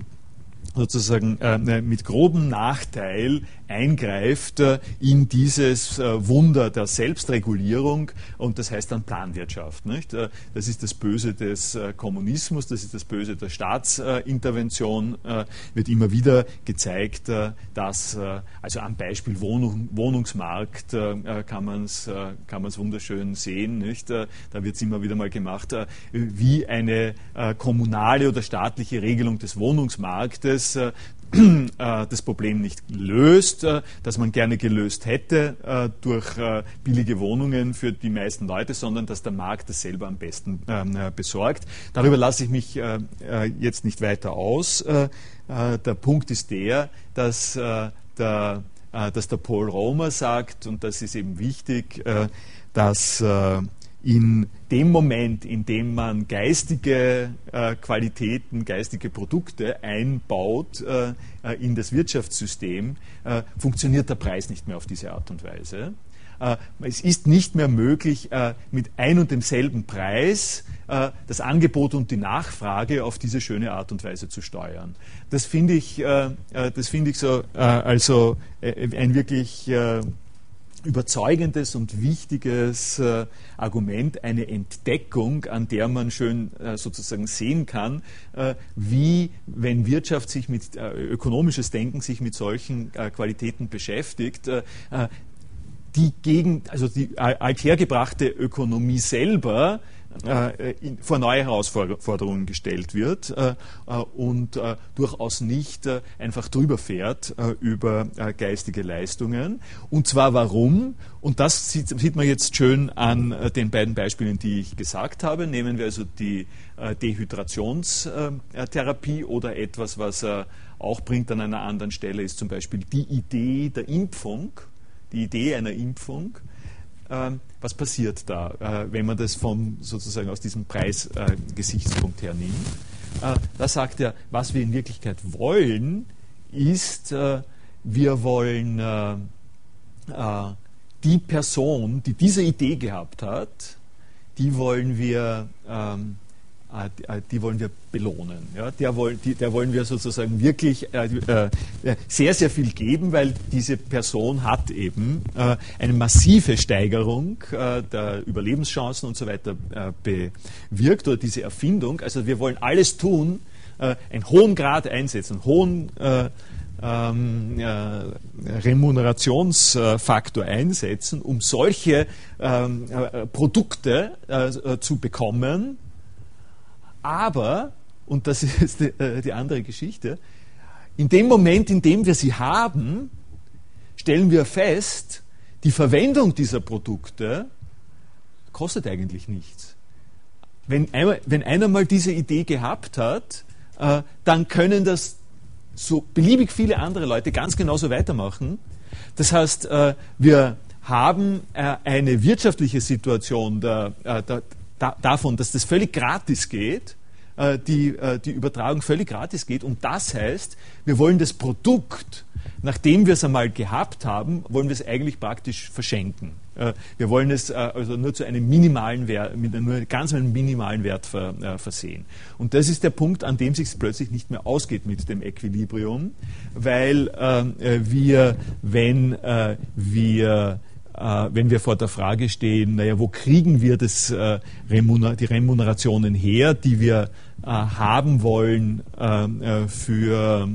sozusagen äh, mit grobem Nachteil eingreift äh, in dieses äh, Wunder der Selbstregulierung und das heißt dann Planwirtschaft. Nicht? Äh, das ist das Böse des äh, Kommunismus, das ist das Böse der Staatsintervention, äh, wird immer wieder gezeigt, äh, dass, äh, also am Beispiel Wohnung, Wohnungsmarkt äh, kann man es äh, kann man's wunderschön sehen, nicht? Äh, da wird es immer wieder mal gemacht, äh, wie eine äh, kommunale oder staatliche Regelung des Wohnungsmarktes äh, das Problem nicht löst, das man gerne gelöst hätte durch billige Wohnungen für die meisten Leute, sondern dass der Markt das selber am besten besorgt. Darüber lasse ich mich jetzt nicht weiter aus. Der Punkt ist der, dass der, dass der Paul Romer sagt, und das ist eben wichtig, dass in dem Moment, in dem man geistige äh, Qualitäten, geistige Produkte einbaut äh, in das Wirtschaftssystem, äh, funktioniert der Preis nicht mehr auf diese Art und Weise. Äh, es ist nicht mehr möglich, äh, mit ein und demselben Preis äh, das Angebot und die Nachfrage auf diese schöne Art und Weise zu steuern. Das finde ich, äh, das finde ich so, äh, also äh, ein wirklich äh, überzeugendes und wichtiges äh, Argument, eine Entdeckung, an der man schön äh, sozusagen sehen kann, äh, wie, wenn Wirtschaft sich mit, äh, ökonomisches Denken sich mit solchen äh, Qualitäten beschäftigt, äh, die gegen, also die althergebrachte Ökonomie selber äh, in, vor neue Herausforderungen gestellt wird äh, und äh, durchaus nicht äh, einfach drüber fährt äh, über äh, geistige Leistungen. Und zwar warum? Und das sieht, sieht man jetzt schön an äh, den beiden Beispielen, die ich gesagt habe. Nehmen wir also die äh, Dehydrationstherapie oder etwas, was er auch bringt an einer anderen Stelle, ist zum Beispiel die Idee der Impfung. Die Idee einer Impfung. ähm, was passiert da, äh, wenn man das vom, sozusagen aus diesem Preisgesichtspunkt äh, her nimmt? Äh, da sagt er, was wir in Wirklichkeit wollen, ist, äh, wir wollen äh, äh, die Person, die diese Idee gehabt hat, die wollen wir ähm, die wollen wir belohnen. Ja? Der, wollen, die, der wollen wir sozusagen wirklich äh, äh, sehr, sehr viel geben, weil diese Person hat eben äh, eine massive Steigerung äh, der Überlebenschancen und so weiter äh, bewirkt, oder diese Erfindung. Also wir wollen alles tun, äh, einen hohen Grad einsetzen, einen hohen äh, ähm, äh, Remunerationsfaktor einsetzen, um solche ähm, äh, Produkte äh, zu bekommen. Aber, und das ist die, äh, die andere Geschichte, in dem Moment, in dem wir sie haben, stellen wir fest, die Verwendung dieser Produkte kostet eigentlich nichts. Wenn, einmal, wenn einer mal diese Idee gehabt hat, äh, dann können das so beliebig viele andere Leute ganz genauso weitermachen. Das heißt, äh, wir haben äh, eine wirtschaftliche Situation der, äh, der Da, davon, dass das völlig gratis geht, äh, die, äh, die Übertragung völlig gratis geht. Und das heißt, wir wollen das Produkt, nachdem wir es einmal gehabt haben, wollen wir es eigentlich praktisch verschenken. Äh, wir wollen es äh, also nur zu einem minimalen Wert, mit nur ganz einem minimalen Wert ver, äh, versehen. Und das ist der Punkt, an dem es sich plötzlich nicht mehr ausgeht mit dem Equilibrium, weil äh, wir, wenn äh, wir wenn wir vor der Frage stehen, naja, wo kriegen wir das, äh, Remuner- die Remunerationen her, die wir äh, haben wollen äh, für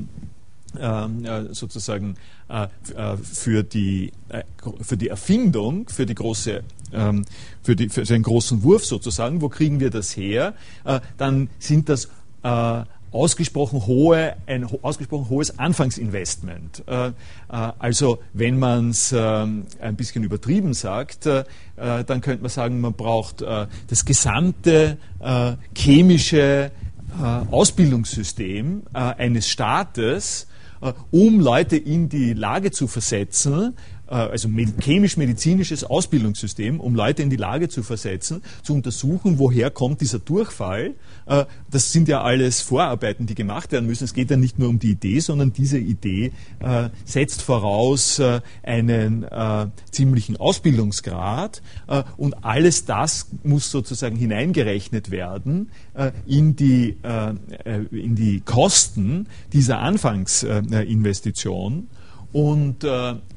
äh, sozusagen äh, für, die, äh, für die Erfindung, für die große ähm, für, die, für den großen Wurf sozusagen, wo kriegen wir das her, äh, dann sind das äh, ausgesprochen hohe, ein ausgesprochen hohes Anfangsinvestment. Äh, äh, also wenn man es äh, ein bisschen übertrieben sagt, äh, dann könnte man sagen, man braucht äh, das gesamte äh, chemische äh, Ausbildungssystem äh, eines Staates, äh, um Leute in die Lage zu versetzen, also chemisch-medizinisches Ausbildungssystem, um Leute in die Lage zu versetzen, zu untersuchen, woher kommt dieser Durchfall. Das sind ja alles Vorarbeiten, die gemacht werden müssen. Es geht ja nicht nur um die Idee, sondern diese Idee setzt voraus einen ziemlichen Ausbildungsgrad, und alles das muss sozusagen hineingerechnet werden in die, in die Kosten dieser Anfangsinvestition. Und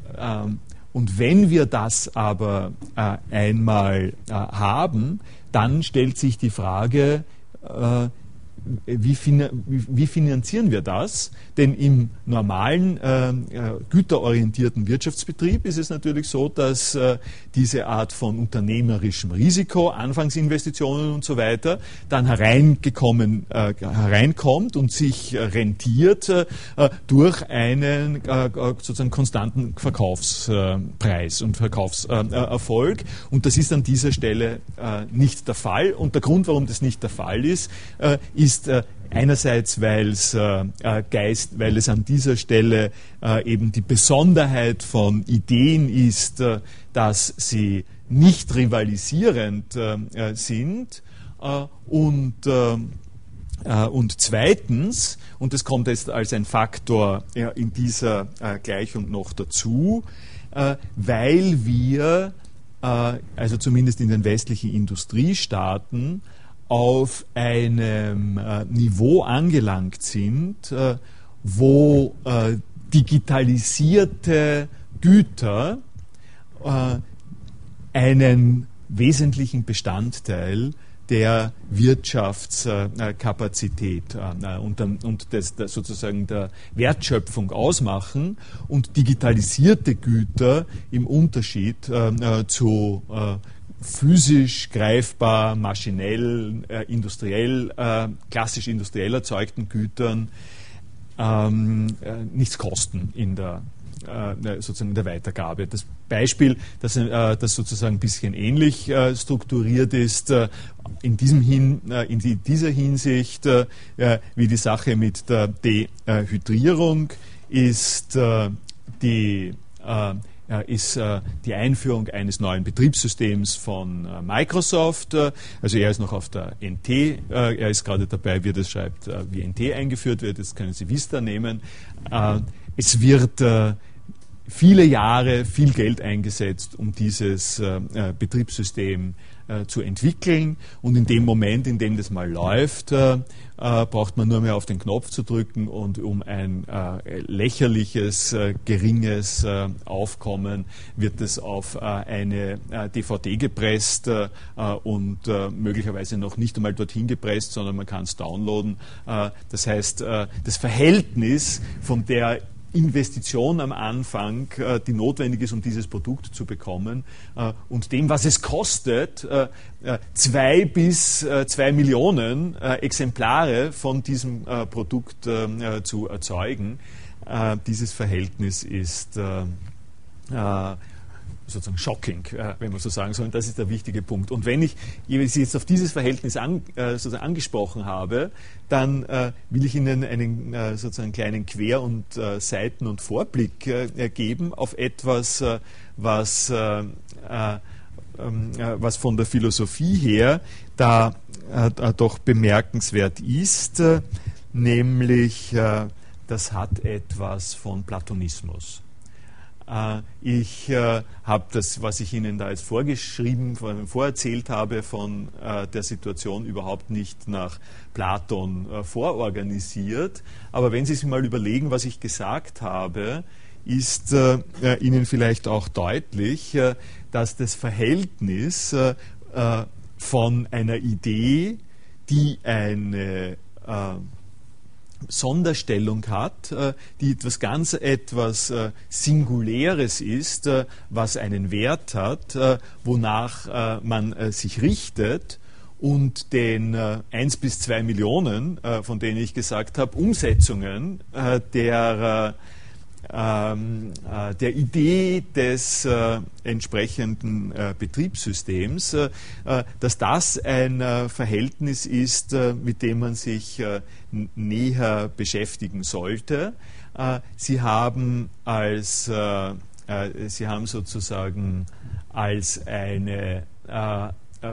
Und wenn wir das aber äh, einmal äh, haben, dann stellt sich die Frage, äh, wie, fin- wie finanzieren wir das? Denn im normalen äh, güterorientierten Wirtschaftsbetrieb ist es natürlich so, dass äh, diese Art von unternehmerischem Risiko, Anfangsinvestitionen und so weiter, dann hereingekommen, äh, hereinkommt und sich äh, rentiert äh, durch einen äh, sozusagen konstanten Verkaufspreis äh, und Verkaufserfolg. Äh, und das ist an dieser Stelle äh, nicht der Fall. Und der Grund, warum das nicht der Fall ist, äh, ist Äh, einerseits, weil es äh, Geist, weil es an dieser Stelle äh, eben die Besonderheit von Ideen ist, äh, dass sie nicht rivalisierend äh, sind, äh, und äh, äh, und zweitens, und das kommt jetzt als ein Faktor äh, in dieser äh, Gleichung noch dazu, äh, weil wir, äh, also zumindest in den westlichen Industriestaaten, auf einem äh, Niveau angelangt sind, äh, wo äh, digitalisierte Güter äh, einen wesentlichen Bestandteil der Wirtschaftskapazität äh, und, und des, der, sozusagen der Wertschöpfung ausmachen, und digitalisierte Güter im Unterschied äh, zu äh, physisch greifbar, maschinell, äh, industriell, äh, klassisch industriell erzeugten Gütern ähm, äh, nichts kosten in der, äh, sozusagen in der Weitergabe. Das Beispiel, das, äh, das sozusagen ein bisschen ähnlich äh, strukturiert ist, äh, in, diesem Hin, äh, in die, dieser Hinsicht äh, wie die Sache mit der Dehydrierung, ist äh, die äh, ist die Einführung eines neuen Betriebssystems von Microsoft. Also er ist noch auf der N T, er ist gerade dabei, wie er das schreibt, wie N T eingeführt wird. Jetzt können Sie Vista nehmen. Es wird viele Jahre viel Geld eingesetzt, um dieses Betriebssystem zu entwickeln, und in dem Moment, in dem das mal läuft, äh, äh, braucht man nur mehr auf den Knopf zu drücken, und um ein äh, lächerliches, äh, geringes äh, Aufkommen wird es auf äh, eine äh, D V D gepresst äh, und äh, möglicherweise noch nicht einmal dorthin gepresst, sondern man kann es downloaden. Äh, das heißt, äh, das Verhältnis von der Investition am Anfang, äh, die notwendig ist, um dieses Produkt zu bekommen, äh, und dem, was es kostet, äh, äh, zwei bis äh, zwei Millionen äh, Exemplare von diesem äh, Produkt äh, zu erzeugen. Äh, dieses Verhältnis ist äh, äh, sozusagen shocking, äh, wenn man so sagen soll. Und das ist der wichtige Punkt. Und wenn ich Sie jetzt auf dieses Verhältnis an, äh, sozusagen angesprochen habe, dann äh, will ich Ihnen einen äh, sozusagen kleinen Quer- und äh, Seiten- und Vorblick äh, geben auf etwas, äh, was, äh, äh, was von der Philosophie her da äh, doch bemerkenswert ist, äh, nämlich äh, das hat etwas von Platonismus. Ich äh, habe das, was ich Ihnen da jetzt vorgeschrieben, vorerzählt habe, von äh, der Situation überhaupt nicht nach Platon äh, vororganisiert. Aber wenn Sie sich mal überlegen, was ich gesagt habe, ist äh, Ihnen vielleicht auch deutlich, äh, dass das Verhältnis äh, von einer Idee, die eine äh, Sonderstellung hat, die etwas ganz etwas Singuläres ist, was einen Wert hat, wonach man sich richtet, und den eins bis zwei Millionen, von denen ich gesagt habe, Umsetzungen der Ähm, äh, der Idee des äh, entsprechenden äh, Betriebssystems, äh, dass das ein äh, Verhältnis ist, äh, mit dem man sich äh, näher beschäftigen sollte. Äh, Sie haben als äh, äh, Sie haben sozusagen als eine äh,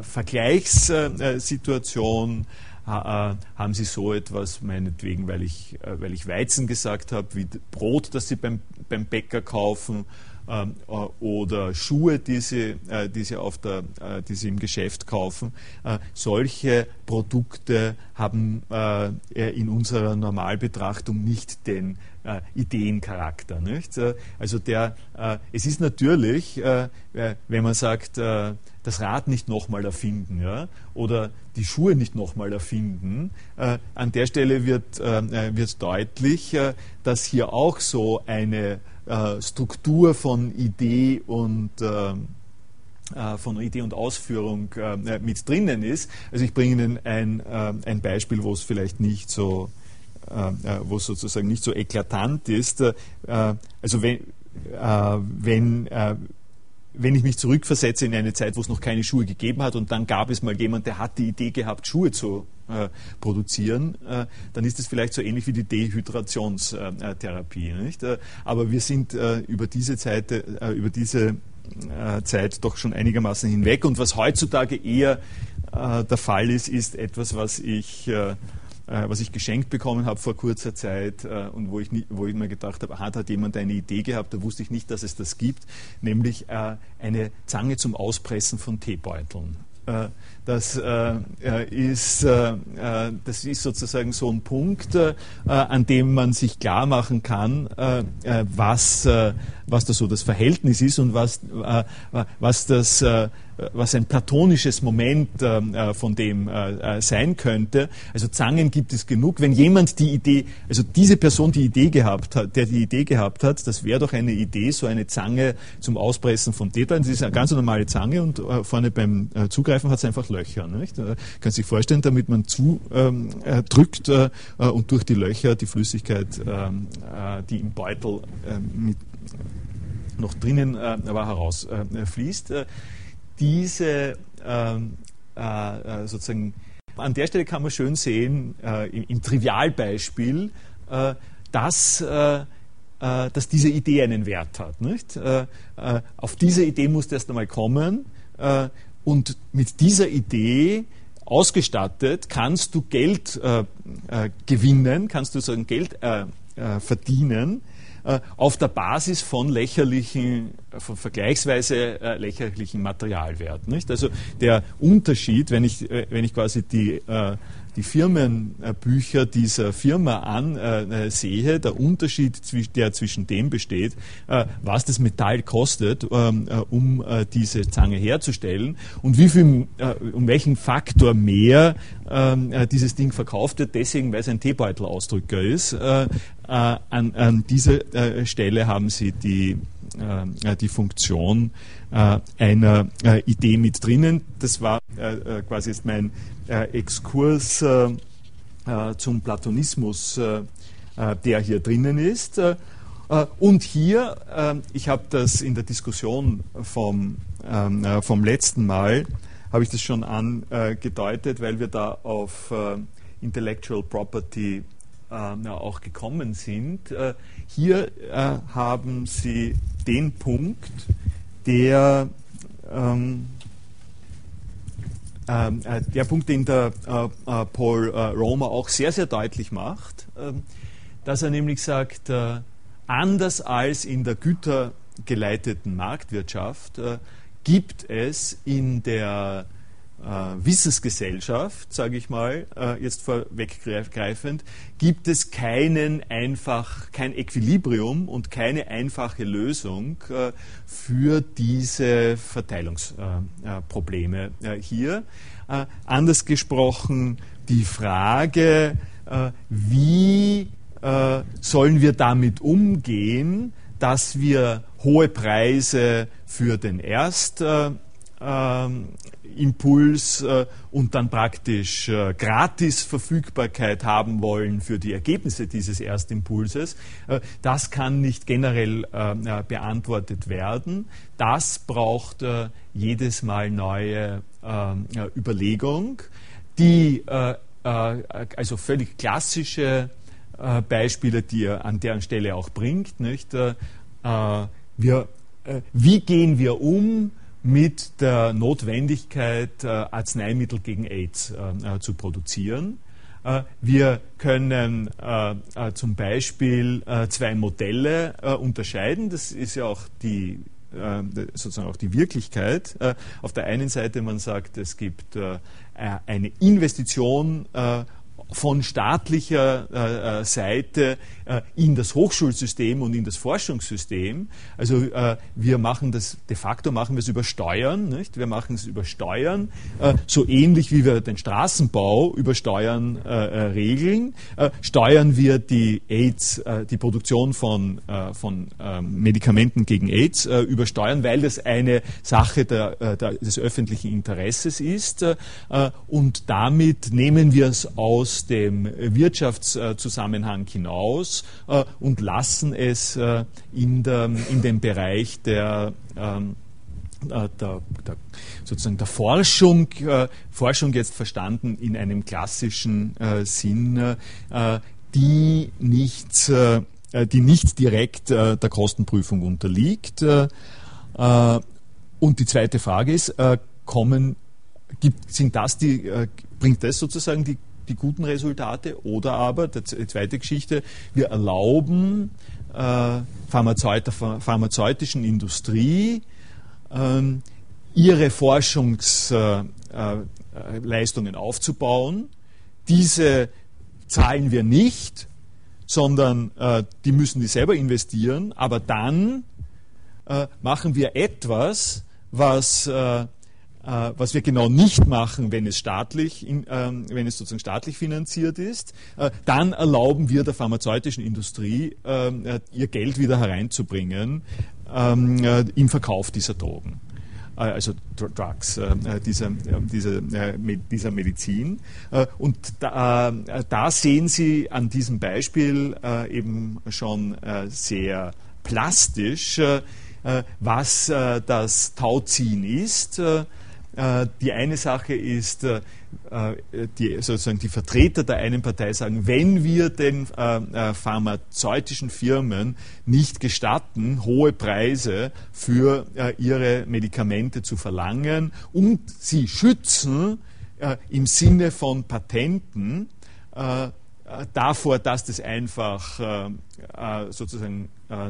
Vergleichssituation haben Sie so etwas, meinetwegen, weil ich, weil ich Weizen gesagt habe, wie Brot, das Sie beim, beim Bäcker kaufen, ähm, oder Schuhe, die Sie, äh, die, Sie auf der, äh, die Sie im Geschäft kaufen. Äh, solche Produkte haben äh, in unserer Normalbetrachtung nicht den äh, Ideencharakter. Nicht? Also der, äh, es ist natürlich, äh, wenn man sagt, äh, das Rad nicht nochmal erfinden, ja, oder die Schuhe nicht nochmal erfinden. Äh, an der Stelle wird, äh, wird deutlich, äh, dass hier auch so eine äh, Struktur von Idee und äh, von Idee und Ausführung äh, mit drinnen ist. Also ich bringe Ihnen ein, äh, ein Beispiel, wo es vielleicht nicht so, äh, wo es sozusagen nicht so eklatant ist. Äh, also wenn, äh, wenn äh, Wenn ich mich zurückversetze in eine Zeit, wo es noch keine Schuhe gegeben hat, und dann gab es mal jemand, der hat die Idee gehabt, Schuhe zu äh, produzieren, äh, dann ist es vielleicht so ähnlich wie die Dehydrationstherapie. Nicht? Äh, aber wir sind äh, über diese Zeit, äh, über diese äh, Zeit doch schon einigermaßen hinweg. Und was heutzutage eher äh, der Fall ist, ist etwas, was ich äh, was ich geschenkt bekommen habe vor kurzer Zeit, äh, und wo ich, nie, wo ich mir gedacht habe, aha, da hat jemand eine Idee gehabt, da wusste ich nicht, dass es das gibt, nämlich äh, eine Zange zum Auspressen von Teebeuteln. Äh, das, äh, ist, äh, das ist sozusagen so ein Punkt, äh, an dem man sich klar machen kann, äh, was, äh, was da so das Verhältnis ist und was, äh, was das äh, was ein platonisches Moment äh, von dem äh, sein könnte. Also Zangen gibt es genug. Wenn jemand die Idee, also diese Person die Idee gehabt hat, der die Idee gehabt hat, das wäre doch eine Idee, so eine Zange zum Auspressen von Teebeuteln. Das ist eine ganz normale Zange, und äh, vorne beim äh, Zugreifen hat es einfach Löcher. Nicht? Äh, kann sich vorstellen, damit man zu ähm, äh, drückt äh, und durch die Löcher die Flüssigkeit, äh, die im Beutel äh, mit noch drinnen äh, war, herausfließt. Äh, Diese ähm, äh, sozusagen, an der Stelle kann man schön sehen, äh, im, im Trivialbeispiel, äh, dass äh, äh, dass diese Idee einen Wert hat. Nicht? Äh, äh, auf diese Idee muss erst einmal kommen äh, und mit dieser Idee ausgestattet kannst du Geld äh, äh, gewinnen, kannst du sagen Geld äh, äh, verdienen, auf der Basis von lächerlichen, von vergleichsweise äh, lächerlichen Materialwert. Nicht? Also der Unterschied, wenn ich, äh, wenn ich quasi die, äh, die Firmenbücher dieser Firma ansehe, äh, der Unterschied, der zwischen dem besteht, äh, was das Metall kostet, äh, um äh, diese Zange herzustellen und wie viel, äh, um welchen Faktor mehr äh, dieses Ding verkauft wird, deswegen, weil es ein Teebeutelausdrücker ist. Äh, Äh, an, an dieser äh, Stelle haben Sie die, äh, die Funktion äh, einer äh, Idee mit drinnen. Das war äh, quasi jetzt mein äh, Exkurs äh, zum Platonismus, äh, der hier drinnen ist. Äh, und hier, äh, ich habe das in der Diskussion vom, äh, vom letzten Mal, habe ich das schon angedeutet, weil wir da auf äh, Intellectual Property Äh, auch gekommen sind. Äh, hier äh, haben Sie den Punkt, der, ähm, äh, der Punkt, den der äh, Paul äh, Romer auch sehr, sehr deutlich macht, äh, dass er nämlich sagt, äh, anders als in der gütergeleiteten Marktwirtschaft äh, gibt es in der Äh, Wissensgesellschaft, sage ich mal, äh, jetzt vorweggreifend, gibt es keinen einfach, kein Equilibrium und keine einfache Lösung äh, für diese Verteilungsprobleme äh, äh, hier. Äh, anders gesprochen, die Frage, äh, wie äh, sollen wir damit umgehen, dass wir hohe Preise für den Erst äh, ähm, Impuls äh, und dann praktisch äh, Gratis-Verfügbarkeit haben wollen für die Ergebnisse dieses Erstimpulses. Äh, das kann nicht generell äh, beantwortet werden. Das braucht äh, jedes Mal neue äh, Überlegung, die äh, äh, also völlig klassische äh, Beispiele, die er an deren Stelle auch bringt. Nicht? Äh, wir, äh, wie gehen wir um mit der Notwendigkeit, äh, Arzneimittel gegen AIDS äh, zu produzieren. Äh, wir können äh, äh, zum Beispiel äh, zwei Modelle äh, unterscheiden. Das ist ja auch die, äh, sozusagen auch die Wirklichkeit. Äh, auf der einen Seite, man sagt, es gibt äh, eine Investition äh, von staatlicher äh, Seite äh, in das Hochschulsystem und in das Forschungssystem. Also äh, wir machen das, de facto machen wir es über Steuern, nicht? Wir machen es über Steuern, äh, so ähnlich wie wir den Straßenbau über Steuern äh, äh, regeln. Äh, steuern wir die AIDS, äh, die Produktion von, äh, von äh, Medikamenten gegen AIDS äh, über Steuern, weil das eine Sache der, äh, der, des öffentlichen Interesses ist. Äh, und damit nehmen wir es aus dem Wirtschaftszusammenhang hinaus äh, und lassen es äh, in, der, in dem Bereich der, ähm, äh, der, der, sozusagen der Forschung, äh, Forschung jetzt verstanden in einem klassischen äh, Sinn, äh, die, nicht, äh, die nicht direkt äh, der Kostenprüfung unterliegt. Äh, und die zweite Frage ist, äh, kommen, gibt, sind das die, äh, bringt das sozusagen die die guten Resultate, oder aber, die zweite Geschichte, wir erlauben äh, Pharmazeut, der pharmazeutischen Industrie äh, ihre Forschungsleistungen äh, aufzubauen. Diese zahlen wir nicht, sondern äh, die müssen die selber investieren, aber dann äh, machen wir etwas, was äh, was wir genau nicht machen, wenn es staatlich, in, ähm, wenn es sozusagen staatlich finanziert ist, äh, dann erlauben wir der pharmazeutischen Industrie, äh, ihr Geld wieder hereinzubringen ähm, äh, im Verkauf dieser Drogen, äh, also Drugs, äh, dieser, äh, dieser, äh, mit dieser Medizin. Äh, und da, äh, da sehen Sie an diesem Beispiel äh, eben schon äh, sehr plastisch, äh, was äh, das Tauziehen ist. Äh, Äh, die eine Sache ist, äh, die, sozusagen die Vertreter der einen Partei sagen, wenn wir den äh, pharmazeutischen Firmen nicht gestatten, hohe Preise für äh, ihre Medikamente zu verlangen und sie schützen äh, im Sinne von Patenten, äh, davor, dass das einfach äh, äh, sozusagen äh,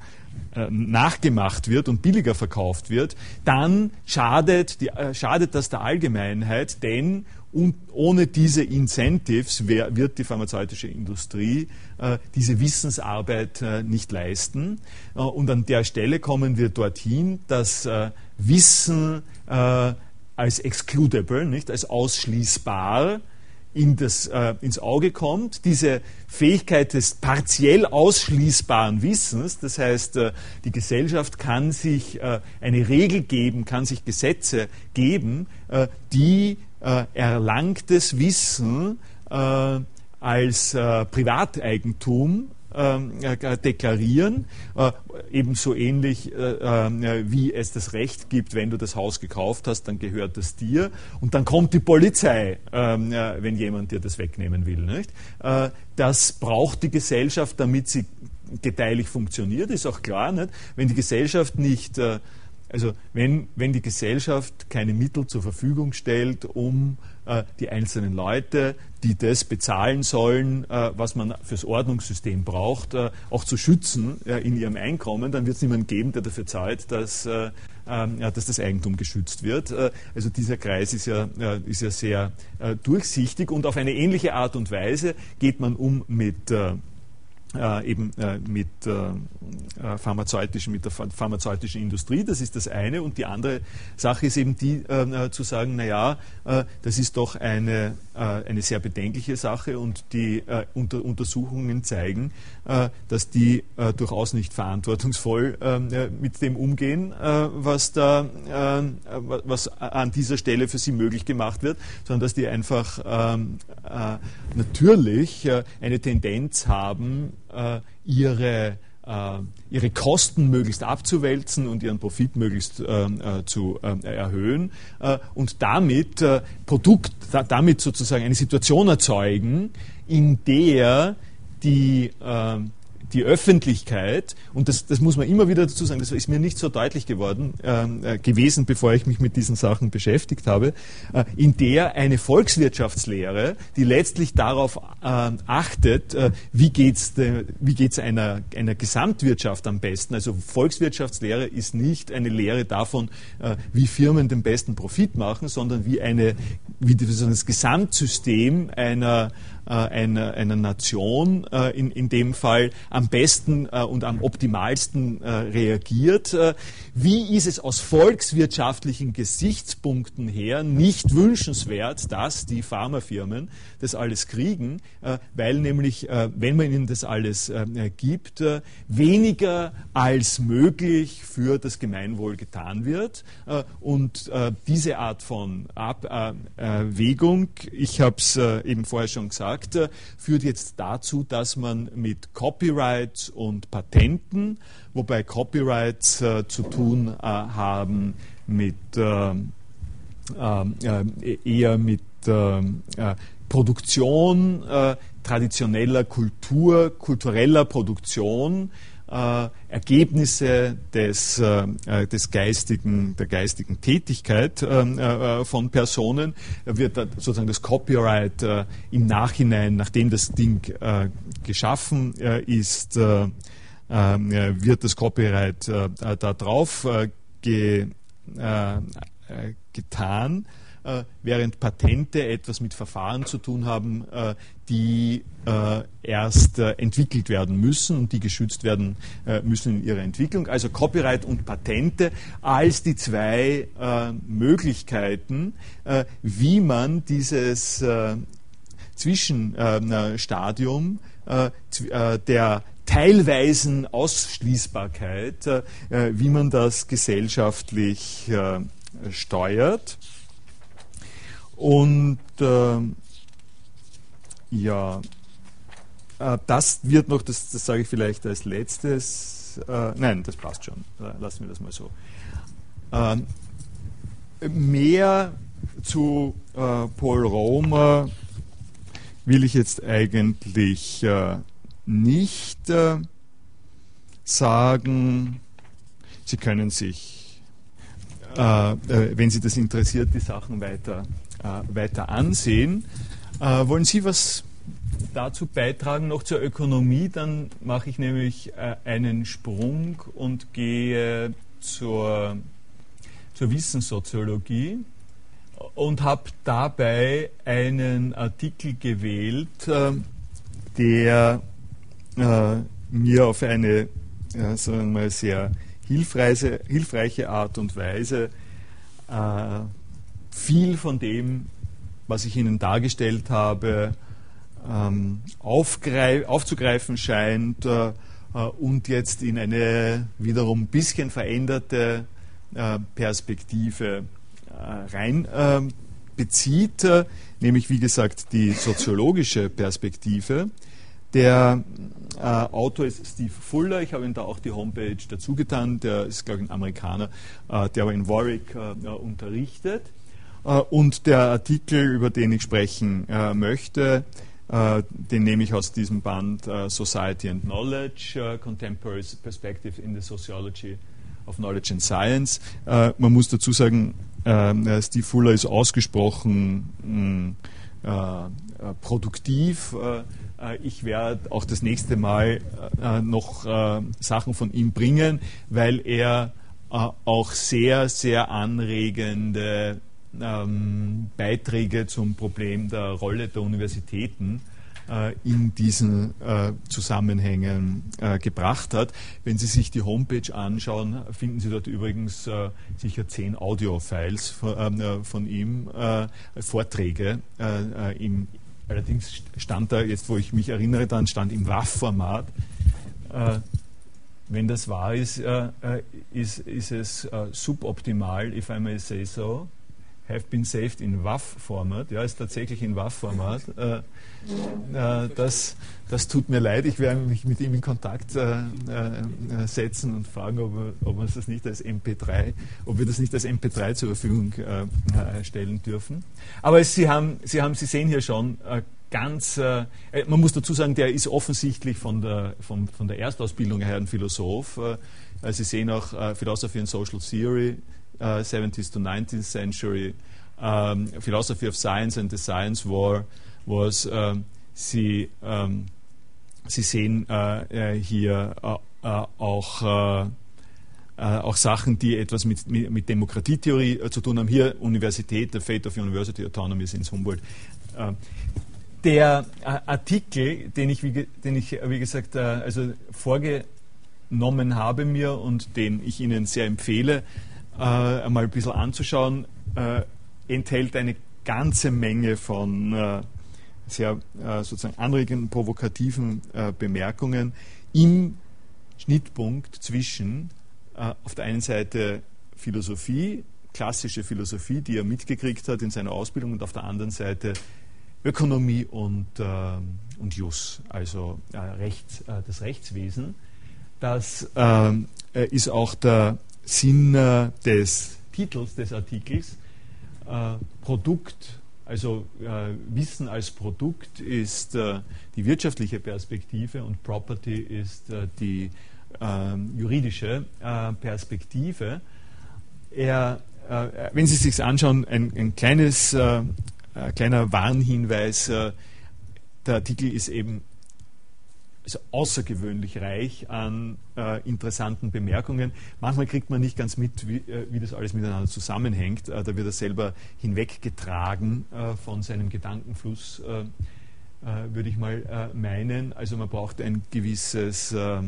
nachgemacht wird und billiger verkauft wird, dann schadet, die, äh, schadet das der Allgemeinheit, denn und ohne diese Incentives wer, wird die pharmazeutische Industrie äh, diese Wissensarbeit äh, nicht leisten. Äh, und an der Stelle kommen wir dorthin, dass äh, Wissen äh, als excludable, nicht, als ausschließbar in das, äh, ins Auge kommt. Diese Fähigkeit des partiell ausschließbaren Wissens, das heißt, äh, die Gesellschaft kann sich äh, eine Regel geben, kann sich Gesetze geben, äh, die äh, erlangtes Wissen äh, als äh, Privateigentum Äh, deklarieren, äh, ebenso ähnlich äh, äh, wie es das Recht gibt, wenn du das Haus gekauft hast, dann gehört das dir und dann kommt die Polizei, äh, wenn jemand dir das wegnehmen will. Nicht? Äh, das braucht die Gesellschaft, damit sie gedeihlich funktioniert, ist auch klar. Nicht? Wenn die Gesellschaft nicht, äh, also wenn, wenn die Gesellschaft keine Mittel zur Verfügung stellt, um äh, die einzelnen Leute, die das bezahlen sollen, äh, was man fürs Ordnungssystem braucht, äh, auch zu schützen äh, in ihrem Einkommen, dann wird es niemanden geben, der dafür zahlt, dass, äh, äh, dass das Eigentum geschützt wird. Äh, also dieser Kreis ist ja, äh, ist ja sehr äh, durchsichtig und auf eine ähnliche Art und Weise geht man um mit äh, Äh, eben äh, mit, äh, pharmazeutischen, mit der pharmazeutischen Industrie, das ist das eine. Und die andere Sache ist eben die, äh, zu sagen, naja, äh, das ist doch eine, äh, eine sehr bedenkliche Sache und die äh, unter, Untersuchungen zeigen, äh, dass die äh, durchaus nicht verantwortungsvoll äh, mit dem umgehen, äh, was, da, äh, was an dieser Stelle für sie möglich gemacht wird, sondern dass die einfach äh, äh, natürlich äh, eine Tendenz haben, äh, ihre, äh, ihre Kosten möglichst abzuwälzen und ihren Profit möglichst äh, äh, zu äh, erhöhen äh, und damit äh, Produkt, da, damit sozusagen eine Situation erzeugen, in der die äh, die Öffentlichkeit, und das, das muss man immer wieder dazu sagen, das ist mir nicht so deutlich geworden äh, gewesen, bevor ich mich mit diesen Sachen beschäftigt habe, äh, in der eine Volkswirtschaftslehre, die letztlich darauf äh, achtet, äh, wie geht's de, wie geht's einer, einer Gesamtwirtschaft am besten. Also Volkswirtschaftslehre ist nicht eine Lehre davon, äh, wie Firmen den besten Profit machen, sondern wie, eine, wie das Gesamtsystem einer Einer, einer Nation äh, in, in dem Fall am besten äh, und am optimalsten äh, reagiert. Äh, wie ist es aus volkswirtschaftlichen Gesichtspunkten her nicht wünschenswert, dass die Pharmafirmen das alles kriegen, äh, weil nämlich, äh, wenn man ihnen das alles äh, gibt, äh, weniger als möglich für das Gemeinwohl getan wird. Äh, und äh, diese Art von Abwägung, äh, ich habe es äh, eben vorher schon gesagt, führt jetzt dazu, dass man mit Copyright und Patenten, wobei Copyrights äh, zu tun äh, haben mit äh, äh, eher mit äh, äh, Produktion, äh, traditioneller Kultur, kultureller Produktion, Äh, Ergebnisse des, äh, des geistigen, der geistigen Tätigkeit äh, äh, von Personen, wird sozusagen das Copyright äh, im Nachhinein, nachdem das Ding äh, geschaffen äh, ist, äh, äh, wird das Copyright äh, da drauf äh, ge, äh, getan, äh, während Patente etwas mit Verfahren zu tun haben, äh, die äh, erst äh, entwickelt werden müssen und die geschützt werden äh, müssen in ihrer Entwicklung. Also Copyright und Patente als die zwei äh, Möglichkeiten, äh, wie man dieses äh, Zwischenstadium äh, äh, der teilweisen Ausschließbarkeit, äh, wie man das gesellschaftlich äh, steuert. Und äh, ja, äh, das wird noch, das, das sage ich vielleicht als letztes, äh, nein, das passt schon, äh, lassen wir das mal so. Äh, mehr zu äh, Paul Romer will ich jetzt eigentlich äh, nicht äh, sagen. Sie können sich, äh, äh, wenn Sie das interessiert, die Sachen weiter, äh, weiter ansehen. Äh, wollen Sie was dazu beitragen, noch zur Ökonomie? Dann mache ich nämlich äh, einen Sprung und gehe zur, zur Wissenssoziologie und habe dabei einen Artikel gewählt, äh, der äh, mir auf eine äh, sagen wir mal, sehr hilfreiche, hilfreiche Art und Weise äh, viel von dem, was ich Ihnen dargestellt habe, ähm, aufzugreifen scheint äh, und jetzt in eine wiederum ein bisschen veränderte äh, Perspektive äh, rein äh, bezieht, äh, nämlich wie gesagt die soziologische Perspektive. Der äh, Autor ist Steve Fuller, ich habe ihm da auch die Homepage dazu getan, der ist, glaube ich, ein Amerikaner, äh, der aber in Warwick äh, unterrichtet. Äh, und der Artikel, über den ich sprechen äh, möchte, äh, den nehme ich aus diesem Band äh, Society and Knowledge, uh, Contemporary Perspective in the Sociology of Knowledge and Science. Äh, man muss dazu sagen, äh, Steve Fuller ist ausgesprochen mh, äh, produktiv. Äh, Ich werde auch das nächste Mal äh, noch äh, Sachen von ihm bringen, weil er äh, auch sehr, sehr anregende ähm, Beiträge zum Problem der Rolle der Universitäten äh, in diesen äh, Zusammenhängen äh, gebracht hat. Wenn Sie sich die Homepage anschauen, finden Sie dort übrigens äh, sicher zehn Audio-Files von, äh, von ihm, äh, Vorträge äh, im Allerdings stand da, jetzt wo ich mich erinnere, dann stand im W A V-Format. Äh, wenn das wahr ist, äh, ist, ist es äh, suboptimal, if I may say so. Have been saved in W A V-Format. Ja, ist tatsächlich in W A V-Format. Äh, äh, das, das tut mir leid. Ich werde mich mit ihm in Kontakt äh, äh, setzen und fragen, ob, ob, man das nicht als M P drei, ob wir das nicht als M P drei zur Verfügung äh, stellen dürfen. Aber es, Sie haben, Sie haben, Sie sehen hier schon äh, ganz, äh, man muss dazu sagen, der ist offensichtlich von der, von, von der Erstausbildung her ein Philosoph. Äh, Sie sehen auch äh, Philosophy and Social Theory, Uh, seventeenth to nineteenth century, um, Philosophy of Science and the Science War was, um, Sie, um, Sie sehen uh, uh, hier uh, uh, auch, uh, uh, auch Sachen, die etwas mit, mit, mit Demokratietheorie uh, zu tun haben. Hier Universität, The Fate of University Autonomy in Humboldt. Uh, der uh, Artikel, den ich, wie, den ich, wie gesagt, uh, also vorgenommen habe mir und den ich Ihnen sehr empfehle, Äh, einmal ein bisschen anzuschauen, äh, enthält eine ganze Menge von äh, sehr äh, sozusagen anregenden, provokativen äh, Bemerkungen im Schnittpunkt zwischen äh, auf der einen Seite Philosophie, klassische Philosophie, die er mitgekriegt hat in seiner Ausbildung, und auf der anderen Seite Ökonomie und, äh, und Jus, also äh, Rechts, äh, das Rechtswesen. Das äh, ist auch der Sinn äh, des Titels des Artikels. Äh, Produkt, also äh, Wissen als Produkt ist äh, die wirtschaftliche Perspektive und Property ist äh, die äh, juridische äh, Perspektive. Er, äh, wenn Sie es sich anschauen, ein, ein kleines, äh, ein kleiner Warnhinweis, äh, der Artikel ist eben also außergewöhnlich reich an äh, interessanten Bemerkungen. Manchmal kriegt man nicht ganz mit, wie, äh, wie das alles miteinander zusammenhängt. Äh, da wird er selber hinweggetragen äh, von seinem Gedankenfluss, äh, äh, würde ich mal äh, meinen. Also man braucht ein gewisses, äh,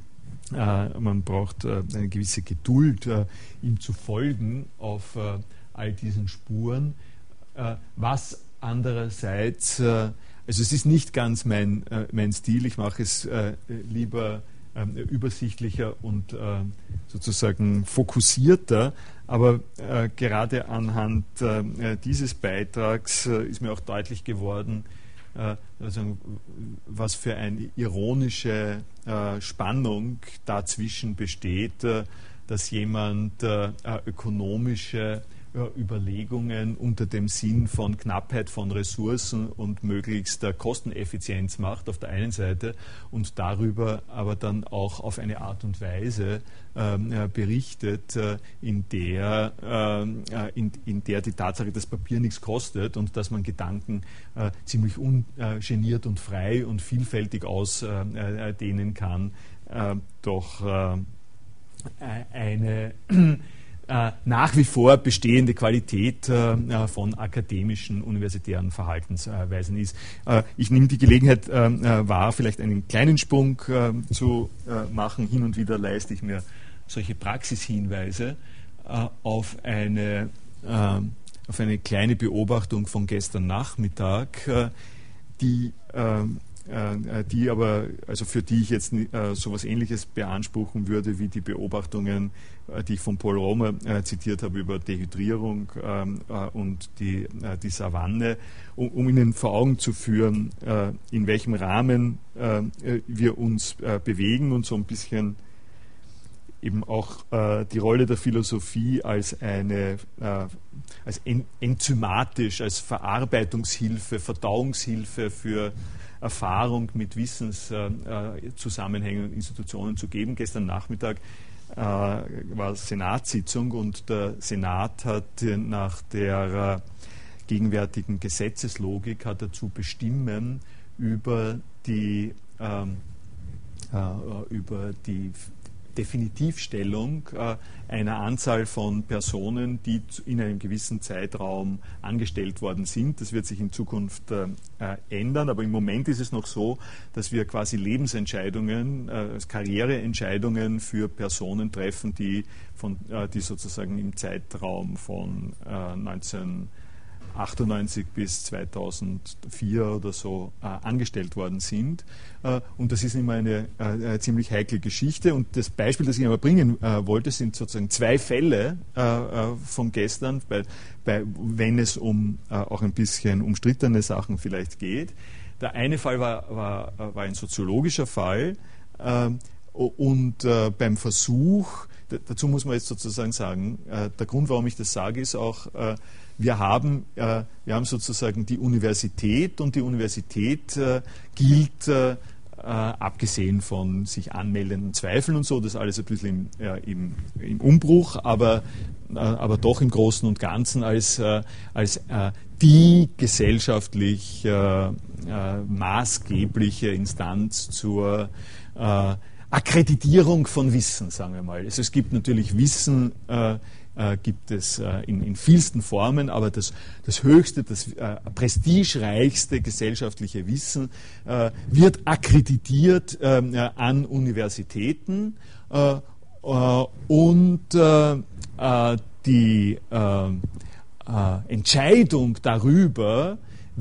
äh, man braucht äh, eine gewisse Geduld, äh, ihm zu folgen auf äh, all diesen Spuren. Äh, was andererseits äh, Also es ist nicht ganz mein, äh, mein Stil, ich mache es äh, lieber äh, übersichtlicher und äh, sozusagen fokussierter, aber äh, gerade anhand äh, dieses Beitrags äh, ist mir auch deutlich geworden, äh, also, was für eine ironische äh, Spannung dazwischen besteht, äh, dass jemand äh, ökonomische ja, Überlegungen unter dem Sinn von Knappheit von Ressourcen und möglichster Kosteneffizienz macht auf der einen Seite und darüber aber dann auch auf eine Art und Weise ähm, äh, berichtet, äh, in, der, äh, in, in der die Tatsache, dass Papier nichts kostet und dass man Gedanken äh, ziemlich ungeniert und frei und vielfältig ausdehnen kann, äh, doch äh, eine äh, nach wie vor bestehende Qualität äh, von akademischen, universitären Verhaltensweisen ist. Äh, ich nehme die Gelegenheit äh, wahr, vielleicht einen kleinen Sprung äh, zu äh, machen. Hin und wieder leiste ich mir solche Praxishinweise äh, auf eine, äh, auf eine kleine Beobachtung von gestern Nachmittag, äh, die äh, die aber, also für die ich jetzt äh, so etwas Ähnliches beanspruchen würde wie die Beobachtungen, äh, die ich von Paul Romer äh, zitiert habe über Dehydrierung ähm, äh, und die, äh, die Savanne, um, um Ihnen vor Augen zu führen, äh, in welchem Rahmen äh, wir uns äh, bewegen und so ein bisschen eben auch äh, die Rolle der Philosophie als eine äh, als en enzymatisch, als Verarbeitungshilfe, Verdauungshilfe für Erfahrung mit Wissenszusammenhängen äh, und Institutionen zu geben. Gestern Nachmittag äh, war Senatssitzung und der Senat hat äh, nach der äh, gegenwärtigen Gesetzeslogik hat er zu bestimmen über die, äh, äh, über die Definitivstellung äh, einer Anzahl von Personen, die in einem gewissen Zeitraum angestellt worden sind. Das wird sich in Zukunft äh, ändern, aber im Moment ist es noch so, dass wir quasi Lebensentscheidungen, äh, Karriereentscheidungen für Personen treffen, die, von, äh, die sozusagen im Zeitraum von äh, neunzehnhundertachtundneunzig bis zweitausendvier oder so äh, angestellt worden sind. Äh, und das ist immer eine äh, ziemlich heikle Geschichte. Und das Beispiel, das ich aber bringen äh, wollte, sind sozusagen zwei Fälle äh, von gestern, bei, bei, wenn es um äh, auch ein bisschen umstrittene Sachen vielleicht geht. Der eine Fall war, war, war ein soziologischer Fall äh, und äh, beim Versuch, dazu muss man jetzt sozusagen sagen, äh, der Grund, warum ich das sage, ist auch, äh, wir haben, äh, wir haben sozusagen die Universität und die Universität äh, gilt, äh, abgesehen von sich anmeldenden Zweifeln und so, das ist alles ein bisschen im, äh, im, im Umbruch, aber, äh, aber doch im Großen und Ganzen als, äh, als äh, die gesellschaftlich äh, äh, maßgebliche Instanz zur äh, Akkreditierung von Wissen, sagen wir mal. Also es gibt natürlich Wissen, äh, äh, gibt es äh, in, in vielsten Formen, aber das, das höchste, das äh, prestigereichste gesellschaftliche Wissen äh, wird akkreditiert äh, an Universitäten äh, äh, und äh, äh, die äh, äh, Entscheidung darüber,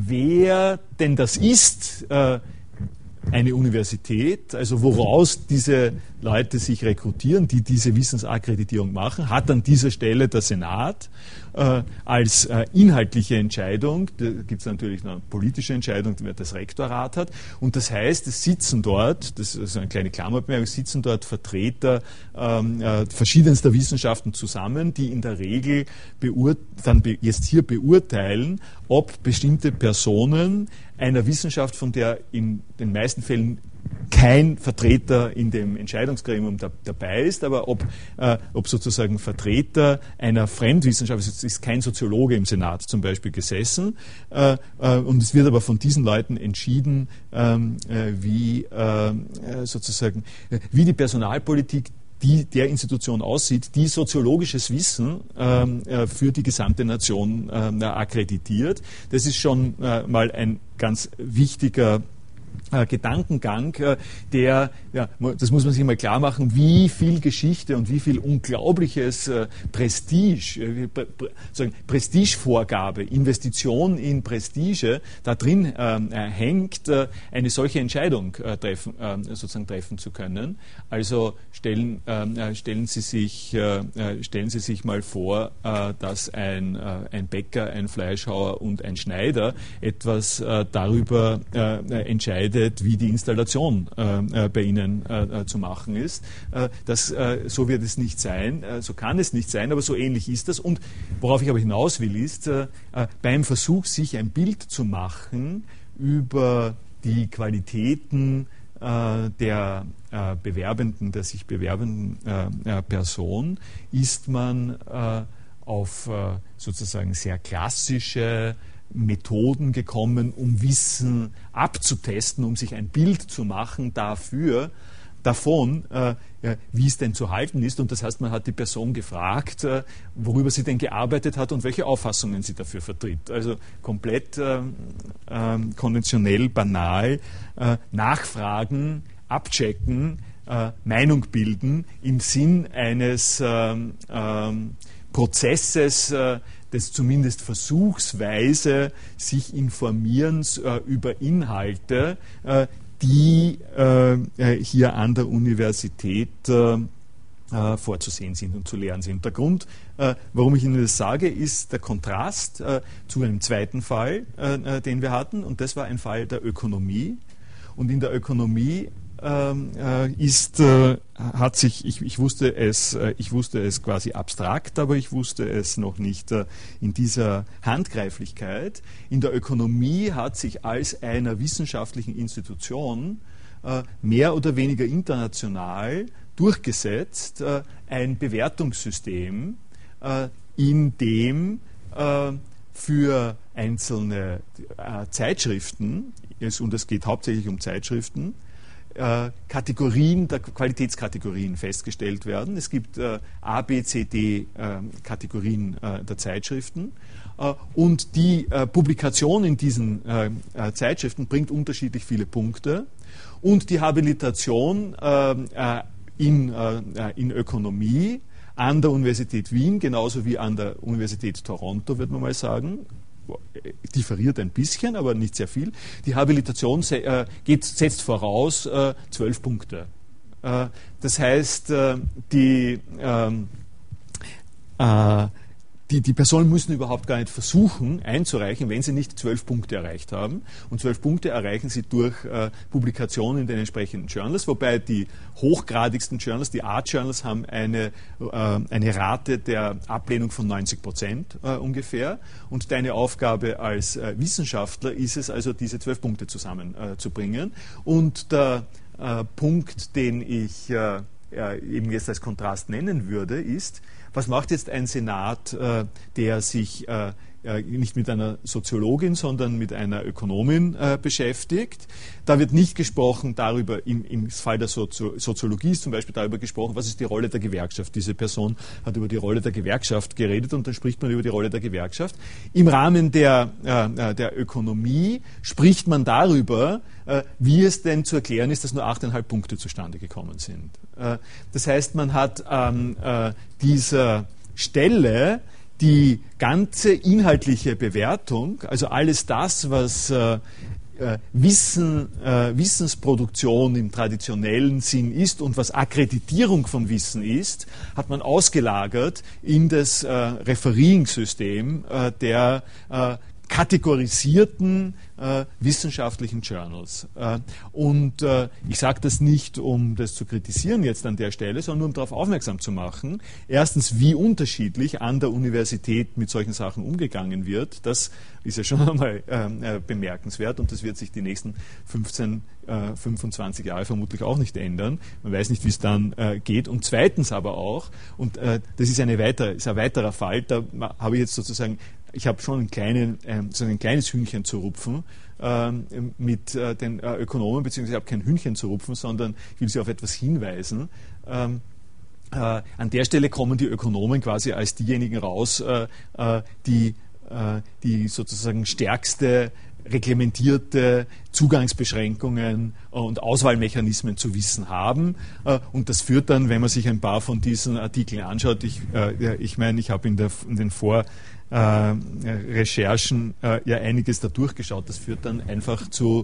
wer denn das ist, äh, eine Universität, also woraus diese Leute sich rekrutieren, die diese Wissensakkreditierung machen, hat an dieser Stelle der Senat äh, als äh, inhaltliche Entscheidung, da gibt es natürlich noch eine politische Entscheidung, die das Rektorat hat, und das heißt, es sitzen dort, das ist eine kleine Klammerbemerkung, sitzen dort Vertreter ähm, äh, verschiedenster Wissenschaften zusammen, die in der Regel beurt dann be jetzt hier beurteilen, ob bestimmte Personen einer Wissenschaft, von der in den meisten Fällen kein Vertreter in dem Entscheidungsgremium da, dabei ist, aber ob, äh, ob sozusagen Vertreter einer Fremdwissenschaft, es ist kein Soziologe im Senat zum Beispiel gesessen, äh, äh, und es wird aber von diesen Leuten entschieden, ähm, äh, wie äh, sozusagen, äh, wie die Personalpolitik die der Institution aussieht, die soziologisches Wissen ähm, äh, für die gesamte Nation äh, akkreditiert. Das ist schon äh, mal ein ganz wichtiger Äh, Gedankengang, äh, der, ja, das muss man sich mal klar machen, wie viel Geschichte und wie viel unglaubliches äh, Prestige, äh, pre pre sagen, Prestigevorgabe, Investition in Prestige da drin äh, hängt, äh, eine solche Entscheidung äh, treffen, äh, sozusagen treffen zu können. Also stellen, äh, stellen Sie sich, äh, stellen Sie sich mal vor, äh, dass ein, äh, ein Bäcker, ein Fleischhauer und ein Schneider etwas äh, darüber äh, entscheidet, entscheidet, wie die Installation äh, bei Ihnen äh, zu machen ist. Äh, das, äh, so wird es nicht sein, äh, so kann es nicht sein, aber so ähnlich ist das. Und worauf ich aber hinaus will, ist, äh, beim Versuch, sich ein Bild zu machen über die Qualitäten äh, der äh, bewerbenden, der sich bewerbenden äh, Person, ist man äh, auf äh, sozusagen sehr klassische Methoden gekommen, um Wissen abzutesten, um sich ein Bild zu machen dafür, davon, äh, ja, wie es denn zu halten ist. Und das heißt, man hat die Person gefragt, äh, worüber sie denn gearbeitet hat und welche Auffassungen sie dafür vertritt. Also komplett äh, äh, konventionell, banal, äh, nachfragen, abchecken, äh, Meinung bilden im Sinn eines äh, äh, Prozesses, äh, des zumindest versuchsweise sich Informierens äh, über Inhalte, äh, die äh, hier an der Universität äh, äh, vorzusehen sind und zu lehren sind. Der Grund, äh, warum ich Ihnen das sage, ist der Kontrast äh, zu einem zweiten Fall, äh, den wir hatten, und das war ein Fall der Ökonomie. Und in der Ökonomie äh, ist, äh, hat sich, ich, ich, wusste es, äh, ich wusste es quasi abstrakt, aber ich wusste es noch nicht äh, in dieser Handgreiflichkeit. In der Ökonomie hat sich als einer wissenschaftlichen Institution äh, mehr oder weniger international durchgesetzt äh, ein Bewertungssystem, äh, in dem äh, für einzelne äh, Zeitschriften, es, und es geht hauptsächlich um Zeitschriften, Äh, Kategorien, der Qualitätskategorien festgestellt werden. Es gibt äh, A, B, C, D äh, Kategorien äh, der Zeitschriften äh, und die äh, Publikation in diesen äh, äh, Zeitschriften bringt unterschiedlich viele Punkte und die Habilitation äh, äh, in, äh, in Ökonomie an der Universität Wien, genauso wie an der Universität Toronto, wird man mal sagen, differiert ein bisschen, aber nicht sehr viel. Die Habilitation äh, geht, setzt voraus äh, zwölf Punkte. Äh, das heißt, äh, die, ähm, äh, die, die Personen müssen überhaupt gar nicht versuchen einzureichen, wenn sie nicht zwölf Punkte erreicht haben. Und zwölf Punkte erreichen sie durch äh, Publikation in den entsprechenden Journals, wobei die hochgradigsten Journals, die Art-Journals, haben eine, äh, eine Rate der Ablehnung von neunzig Prozent äh, ungefähr. Und deine Aufgabe als äh, Wissenschaftler ist es also, diese zwölf Punkte zusammenzubringen. Äh, Und der äh, Punkt, den ich äh, äh, eben jetzt als Kontrast nennen würde, ist, was macht jetzt ein Senat, äh, der sich äh, äh, nicht mit einer Soziologin, sondern mit einer Ökonomin äh, beschäftigt? Da wird nicht gesprochen darüber, im, im Fall der Sozio Soziologie ist zum Beispiel darüber gesprochen, was ist die Rolle der Gewerkschaft. Diese Person hat über die Rolle der Gewerkschaft geredet und dann spricht man über die Rolle der Gewerkschaft. Im Rahmen der, äh, der Ökonomie spricht man darüber, äh, wie es denn zu erklären ist, dass nur achteinhalb Punkte zustande gekommen sind. Äh, das heißt, man hat an äh, dieser Stelle die ganze inhaltliche Bewertung, also alles das, was äh, äh, Wissen, äh, Wissensproduktion im traditionellen Sinn ist und was Akkreditierung von Wissen ist, hat man ausgelagert in das äh, Refereeing-System äh, der äh, kategorisierten äh, wissenschaftlichen Journals. Äh, und äh, ich sage das nicht, um das zu kritisieren jetzt an der Stelle, sondern um darauf aufmerksam zu machen, erstens, wie unterschiedlich an der Universität mit solchen Sachen umgegangen wird. Das ist ja schon einmal äh, bemerkenswert und das wird sich die nächsten fünfzehn, äh, fünfundzwanzig Jahre vermutlich auch nicht ändern. Man weiß nicht, wie es dann äh, geht. Und zweitens aber auch, und äh, das ist, eine weitere, ist ein weiterer Fall, da habe ich jetzt sozusagen Ich habe schon ein, kleinen, äh, so ein kleines Hühnchen zu rupfen äh, mit äh, den äh, Ökonomen, beziehungsweise ich habe kein Hühnchen zu rupfen, sondern ich will Sie auf etwas hinweisen. Ähm, äh, an der Stelle kommen die Ökonomen quasi als diejenigen raus, äh, äh, die, äh, die sozusagen stärkste reglementierte Zugangsbeschränkungen und Auswahlmechanismen zu Wissen haben. Und das führt dann, wenn man sich ein paar von diesen Artikeln anschaut, ich, äh, ich meine, ich habe in, in den Vor Äh, Recherchen äh, ja einiges da durchgeschaut. Das führt dann einfach zu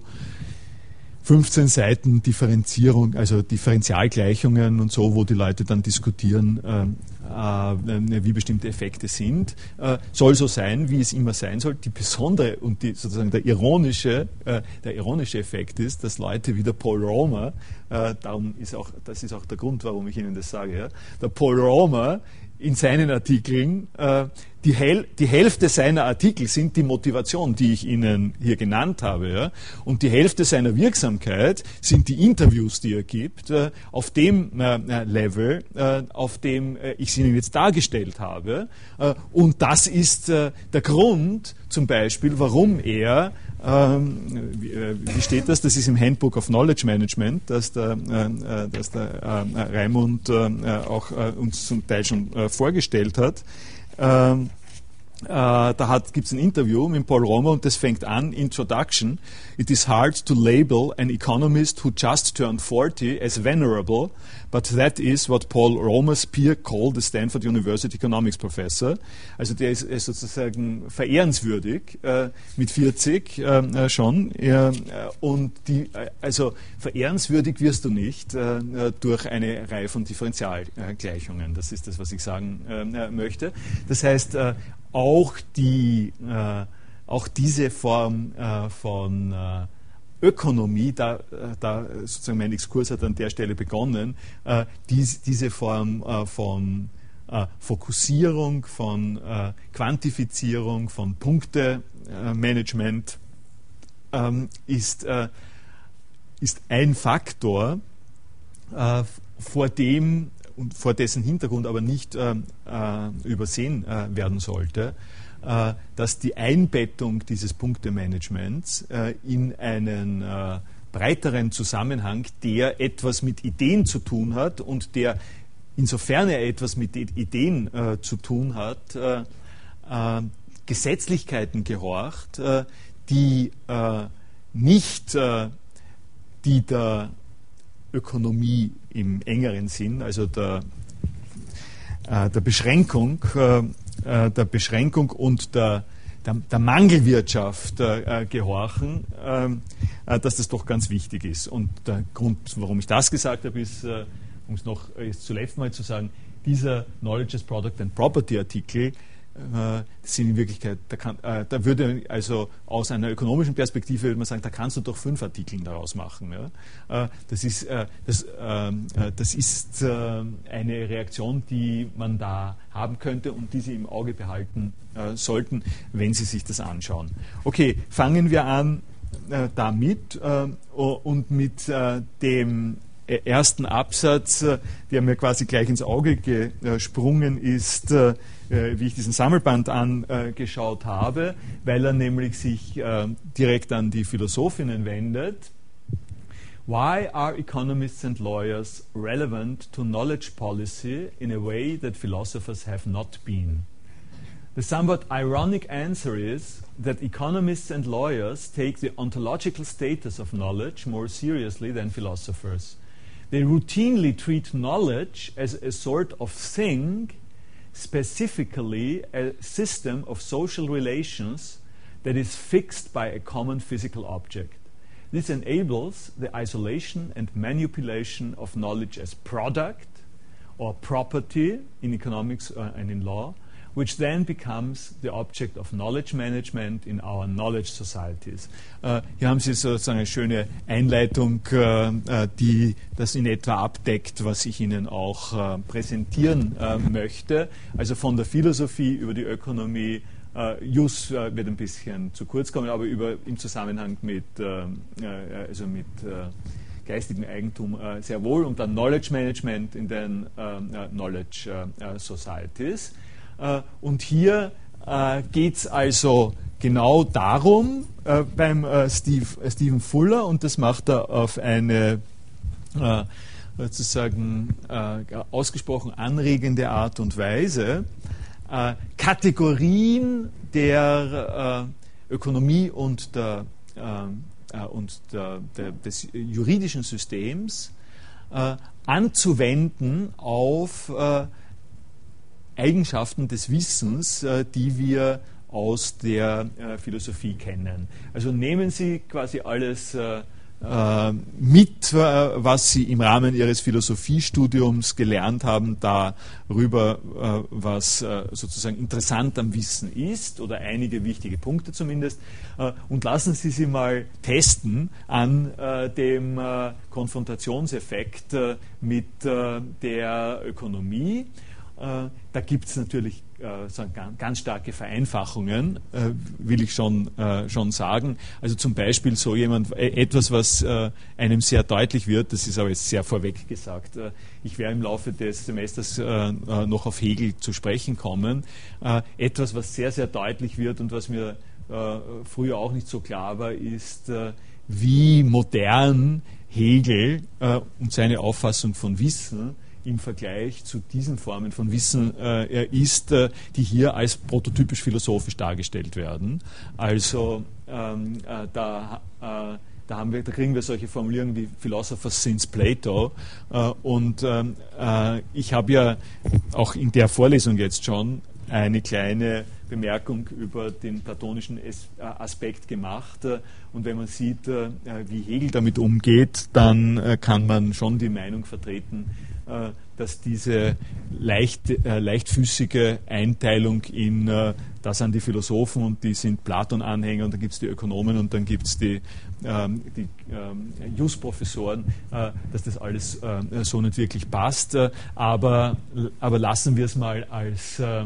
fünfzehn Seiten Differenzierung, also Differentialgleichungen und so, wo die Leute dann diskutieren, äh, wie bestimmte Effekte sind, äh, soll so sein, wie es immer sein soll. Die besondere und die, sozusagen der ironische, äh, der ironische Effekt ist, dass Leute wie der Paul Romer, äh, darum ist auch, das ist auch der Grund, warum ich Ihnen das sage, ja, der Paul Romer in seinen Artikeln, äh, die, Häl die Hälfte seiner Artikel sind die Motivation, die ich Ihnen hier genannt habe, ja? Und die Hälfte seiner Wirksamkeit sind die Interviews, die er gibt, äh, auf dem äh, Level, äh, auf dem äh, ich sie Ihnen jetzt dargestellt habe. Äh, und das ist äh, der Grund, zum Beispiel, warum er Ähm, wie, äh, wie steht das? Das ist im Handbook of Knowledge Management, das der, äh, das der äh, Raimund äh, auch äh, uns zum Teil schon äh, vorgestellt hat. Ähm, Uh, da gibt es ein Interview mit Paul Romer und das fängt an, Introduction. It is hard to label an economist who just turned forty as venerable, but that is what Paul Romer's peer called the Stanford University Economics Professor. Also der ist, ist sozusagen verehrenswürdig, äh, mit vierzig äh, schon. Äh, und die, also verehrenswürdig wirst du nicht äh, durch eine Reihe von Differentialgleichungen. Das ist das, was ich sagen äh, möchte. Das heißt, äh, Auch, die, äh, auch diese Form äh, von äh, Ökonomie, da, da sozusagen mein Exkurs hat an der Stelle begonnen, äh, dies, diese Form äh, von äh, Fokussierung, von äh, Quantifizierung, von Punktemanagement äh, ist, äh, ist ein Faktor, äh, vor dem und vor dessen Hintergrund aber nicht äh, äh, übersehen äh, werden sollte, äh, dass die Einbettung dieses Punktemanagements äh, in einen äh, breiteren Zusammenhang, der etwas mit Ideen zu tun hat und der, insofern er etwas mit Ideen äh, zu tun hat, äh, äh, Gesetzlichkeiten gehorcht, äh, die äh, nicht äh, die der Ökonomie im engeren Sinn, also der, äh, der Beschränkung, äh, der Beschränkung und der, der, der Mangelwirtschaft äh, gehorchen, äh, dass das doch ganz wichtig ist. Und der Grund, warum ich das gesagt habe, ist, äh, um es noch äh, zuletzt mal zu sagen, dieser Knowledge as Product and Property Artikel, das sind in Wirklichkeit, da, kann, äh, da würde also aus einer ökonomischen Perspektive würde man sagen, da kannst du doch fünf Artikel daraus machen. Ja? Äh, das ist, äh, das, äh, das ist äh, eine Reaktion, die man da haben könnte und die Sie im Auge behalten äh, sollten, wenn Sie sich das anschauen. Okay, fangen wir an äh, damit äh, und mit äh, dem ersten Absatz, der mir quasi gleich ins Auge gesprungen ist, wie ich diesen Sammelband angeschaut habe, weil er nämlich sich direkt an die Philosophinnen wendet. Why are economists and lawyers relevant to knowledge policy in a way that philosophers have not been? The somewhat ironic answer is that economists and lawyers take the ontological status of knowledge more seriously than philosophers. They routinely treat knowledge as a sort of thing, specifically a system of social relations that is fixed by a common physical object. This enables the isolation and manipulation of knowledge as product or property in economics and in law, which then becomes the object of knowledge management in our knowledge societies. Uh, hier haben Sie sozusagen eine schöne Einleitung, uh, die das in etwa abdeckt, was ich Ihnen auch uh, präsentieren uh, möchte. Also von der Philosophie über die Ökonomie. Uh, Jus uh, wird ein bisschen zu kurz kommen, aber über, im Zusammenhang mit, uh, uh, also mit uh, geistigem Eigentum uh, sehr wohl und dann Knowledge Management in den uh, uh, Knowledge uh, Societies. Uh, und hier uh, geht es also genau darum uh, beim uh, Steve, uh, Stephen Fuller, und das macht er auf eine uh, sozusagen uh, ausgesprochen anregende Art und Weise, uh, Kategorien der uh, Ökonomie und, der, uh, uh, und der, der, des juridischen Systems uh, anzuwenden auf uh, Eigenschaften des Wissens, äh, die wir aus der äh, Philosophie kennen. Also nehmen Sie quasi alles äh, äh, mit, äh, was Sie im Rahmen Ihres Philosophiestudiums gelernt haben, darüber, äh, was äh, sozusagen interessant am Wissen ist, oder einige wichtige Punkte zumindest, äh, und lassen Sie sie mal testen an äh, dem äh, Konfrontationseffekt äh, mit äh, der Ökonomie. Äh, da gibt es natürlich äh, so ganz, ganz starke Vereinfachungen, äh, will ich schon, äh, schon sagen. Also zum Beispiel so jemand, äh, etwas, was äh, einem sehr deutlich wird, das ist aber jetzt sehr vorweg gesagt. Äh, ich werde im Laufe des Semesters äh, noch auf Hegel zu sprechen kommen. Äh, etwas, was sehr, sehr deutlich wird und was mir äh, früher auch nicht so klar war, ist, äh, wie modern Hegel äh, und seine Auffassung von Wissen im Vergleich zu diesen Formen von Wissen äh, ist, äh, die hier als prototypisch philosophisch dargestellt werden. Also ähm, äh, da, äh, da, haben wir, da kriegen wir solche Formulierungen wie Philosophers since Plato. Äh, und ähm, äh, ich habe ja auch in der Vorlesung jetzt schon eine kleine Bemerkung über den platonischen Aspekt gemacht. Und wenn man sieht, äh, wie Hegel damit umgeht, dann äh, kann man schon die Meinung vertreten, dass diese leicht, äh, leichtfüßige Einteilung in, äh, da sind die Philosophen und die sind Platon-Anhänger und dann gibt es die Ökonomen und dann gibt es die, ähm, die ähm, Jus-Professoren, äh, dass das alles äh, so nicht wirklich passt. Äh, aber, aber lassen wir es mal als äh,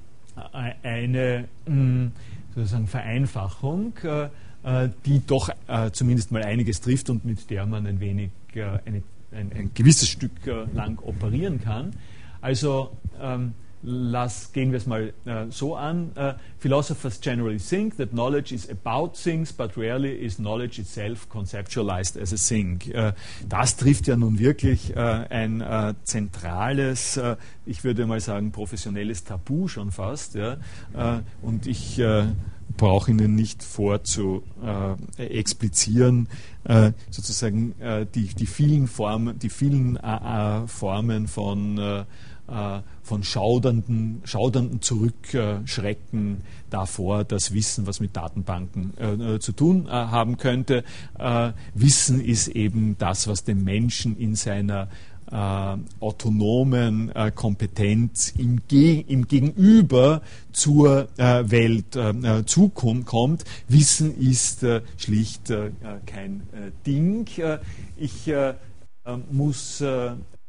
eine mh, sozusagen Vereinfachung, äh, die doch äh, zumindest mal einiges trifft und mit der man ein wenig äh, eine Ein, ein gewisses Stück äh, lang operieren kann. Also ähm, lass, gehen wir es mal äh, so an. Uh, philosophers generally think that knowledge is about things, but rarely is knowledge itself conceptualized as a thing. Äh, das trifft ja nun wirklich äh, ein äh, zentrales, äh, ich würde mal sagen professionelles Tabu schon fast. Ja? Äh, und ich äh, brauche Ihnen nicht vorzu äh, explizieren, äh, sozusagen äh, die, die vielen Formen, die vielen äh, Formen von, äh, von schaudernden, schaudernden Zurückschrecken davor, das Wissen, was mit Datenbanken äh, zu tun äh, haben könnte. Äh, Wissen ist eben das, was dem Menschen in seiner Äh, autonomen äh, Kompetenz im, Ge im Gegenüber zur äh, Welt äh, zukommt. Wissen ist äh, schlicht äh, kein äh, Ding. Äh, ich äh, muss äh,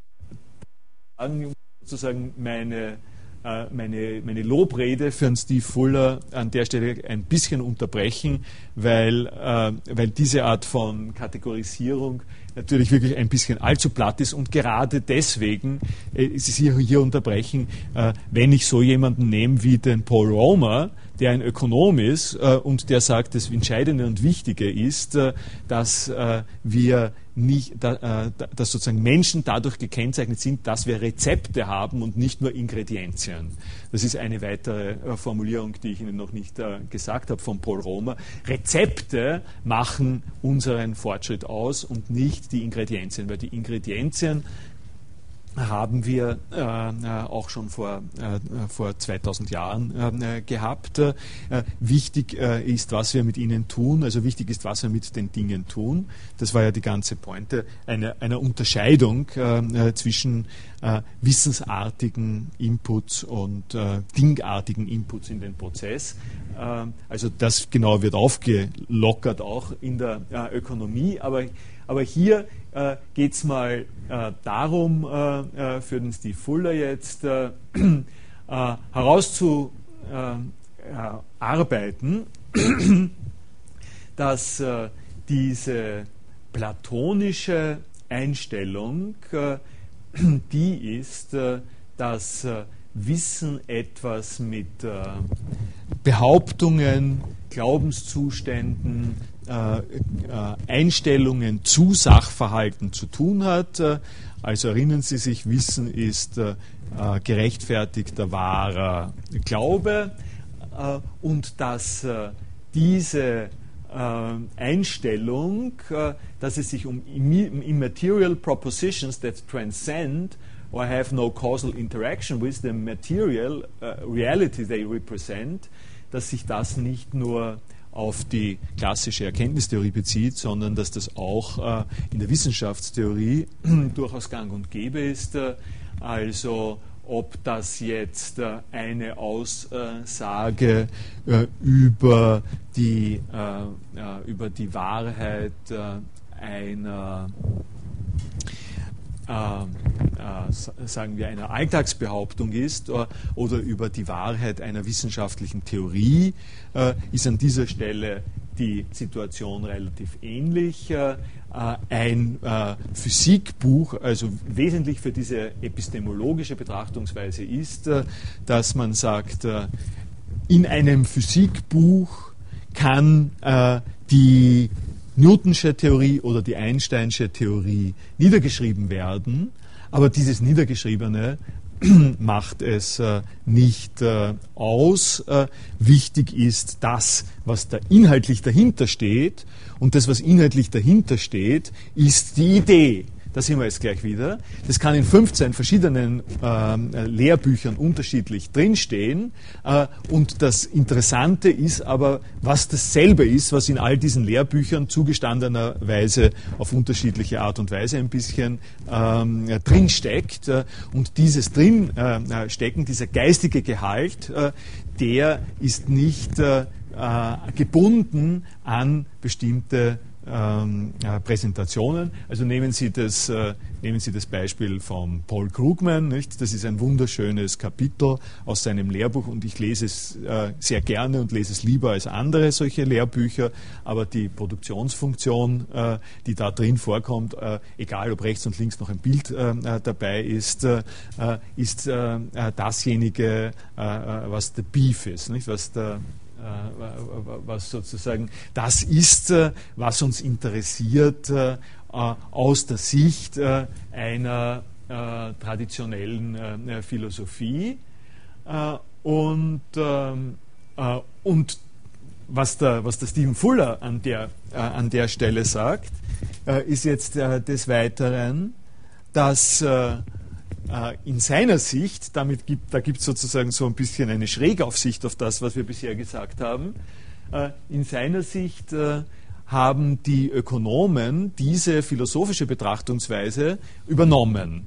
sozusagen meine Meine, meine Lobrede für einen Steve Fuller an der Stelle ein bisschen unterbrechen, weil, äh, weil diese Art von Kategorisierung natürlich wirklich ein bisschen allzu platt ist und gerade deswegen äh, ist es hier, hier unterbrechen, äh, wenn ich so jemanden nehme wie den Paul Romer, der ein Ökonom ist äh, und der sagt, das Entscheidende und Wichtige ist, äh, dass äh, wir nicht, da, äh, dass sozusagen Menschen dadurch gekennzeichnet sind, dass wir Rezepte haben und nicht nur Ingredienzien. Das ist eine weitere äh, Formulierung, die ich Ihnen noch nicht äh, gesagt habe von Paul Romer. Rezepte machen unseren Fortschritt aus und nicht die Ingredienzien, weil die Ingredienzien haben wir äh, auch schon vor, äh, vor zweitausend Jahren äh, gehabt. Äh, wichtig äh, ist, was wir mit ihnen tun, also wichtig ist, was wir mit den Dingen tun. Das war ja die ganze Pointe einer, einer Unterscheidung äh, zwischen äh, wissensartigen Inputs und äh, dingartigen Inputs in den Prozess. Äh, also das genau wird aufgelockert auch in der äh, Ökonomie, aber Aber hier äh, geht es mal äh, darum, äh, für den Steve Fuller jetzt äh, äh, herauszuarbeiten, äh, dass äh, diese platonische Einstellung, äh, die ist, äh, dass äh, Wissen etwas mit äh, Behauptungen, Glaubenszuständen, Äh, äh, Einstellungen zu Sachverhalten zu tun hat. Äh, also erinnern Sie sich, Wissen ist äh, gerechtfertigter, wahrer Glaube äh, und dass äh, diese äh, Einstellung, äh, dass es sich um immaterial propositions that transcend or have no causal interaction with the material uh, reality they represent, dass sich das nicht nur auf die klassische Erkenntnistheorie bezieht, sondern dass das auch äh, in der Wissenschaftstheorie durchaus gang und gäbe ist. Äh, also ob das jetzt äh, eine Aussage äh, über, die, äh, äh, über die Wahrheit äh, einer Äh, äh, sagen wir, einer Alltagsbehauptung ist äh, oder über die Wahrheit einer wissenschaftlichen Theorie, äh, ist an dieser Stelle die Situation relativ ähnlich. Äh, ein äh, Physikbuch, also wesentlich für diese epistemologische Betrachtungsweise ist, äh, dass man sagt, äh, in einem Physikbuch kann äh, die Newtonsche Theorie oder die Einsteinsche Theorie niedergeschrieben werden, aber dieses Niedergeschriebene macht es äh, nicht äh, aus. Äh, wichtig ist das, was da inhaltlich dahinter steht, und das, was inhaltlich dahinter steht, ist die Idee. Da sind wir jetzt gleich wieder. Das kann in fünfzehn verschiedenen äh, Lehrbüchern unterschiedlich drinstehen. Äh, und das Interessante ist aber, was dasselbe ist, was in all diesen Lehrbüchern zugestandenerweise auf unterschiedliche Art und Weise ein bisschen ähm, drinsteckt. Und dieses Drinstecken, dieser geistige Gehalt, äh, der ist nicht äh, gebunden an bestimmte Ähm, äh, Präsentationen. Also nehmen Sie das, äh, nehmen Sie das Beispiel von Paul Krugman, nicht? Das ist ein wunderschönes Kapitel aus seinem Lehrbuch, und ich lese es äh, sehr gerne und lese es lieber als andere solche Lehrbücher, aber die Produktionsfunktion, äh, die da drin vorkommt, äh, egal ob rechts und links noch ein Bild äh, dabei ist, äh, ist äh, dasjenige, äh, was der Beef ist, nicht? Was der was sozusagen das ist, was uns interessiert aus der Sicht einer traditionellen Philosophie. Und, und was der, was der Stephen Fuller an der, an der Stelle sagt, ist jetzt des Weiteren, dass in seiner Sicht, damit gibt, da gibt es sozusagen so ein bisschen eine Schrägaufsicht auf das, was wir bisher gesagt haben, in seiner Sicht haben die Ökonomen diese philosophische Betrachtungsweise übernommen.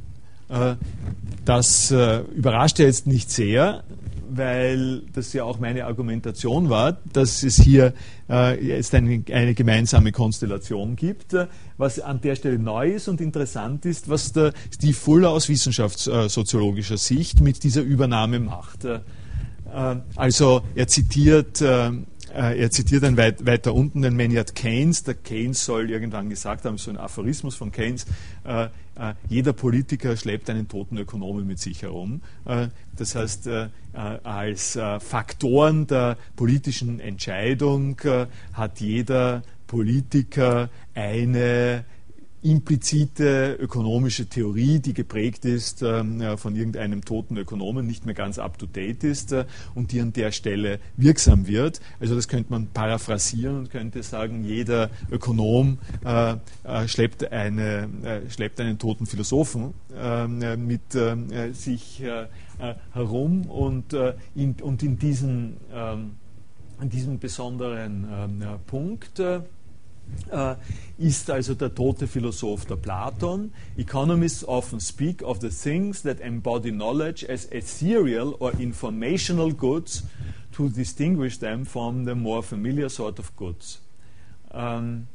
Das überrascht ja jetzt nicht sehr, weil das ja auch meine Argumentation war, dass es hier äh, jetzt eine, eine gemeinsame Konstellation gibt. Äh, was an der Stelle neu ist und interessant ist, was der Steve Fuller aus wissenschaftssoziologischer Sicht mit dieser Übernahme macht. Äh, also er zitiert, äh, er zitiert dann weit, weiter unten den Maynard Keynes. Der Keynes soll irgendwann gesagt haben, so ein Aphorismus von Keynes, äh, äh, jeder Politiker schleppt einen toten Ökonomen mit sich herum. Äh, das heißt, äh, als äh, Faktoren der politischen Entscheidung äh, hat jeder Politiker eine implizite ökonomische Theorie, die geprägt ist äh, von irgendeinem toten Ökonomen, nicht mehr ganz up-to-date ist äh, und die an der Stelle wirksam wird. Also das könnte man paraphrasieren und könnte sagen, jeder Ökonom äh, äh, schleppt, eine, äh, schleppt einen toten Philosophen äh, mit äh, sich äh, herum und, äh, in, und in, diesen, ähm, in diesem besonderen ähm, Punkt äh, Uh, ist also der tote Philosoph der Platon. Economists often speak of the things that embody knowledge as ethereal or informational goods to distinguish them from the more familiar sort of goods. Um,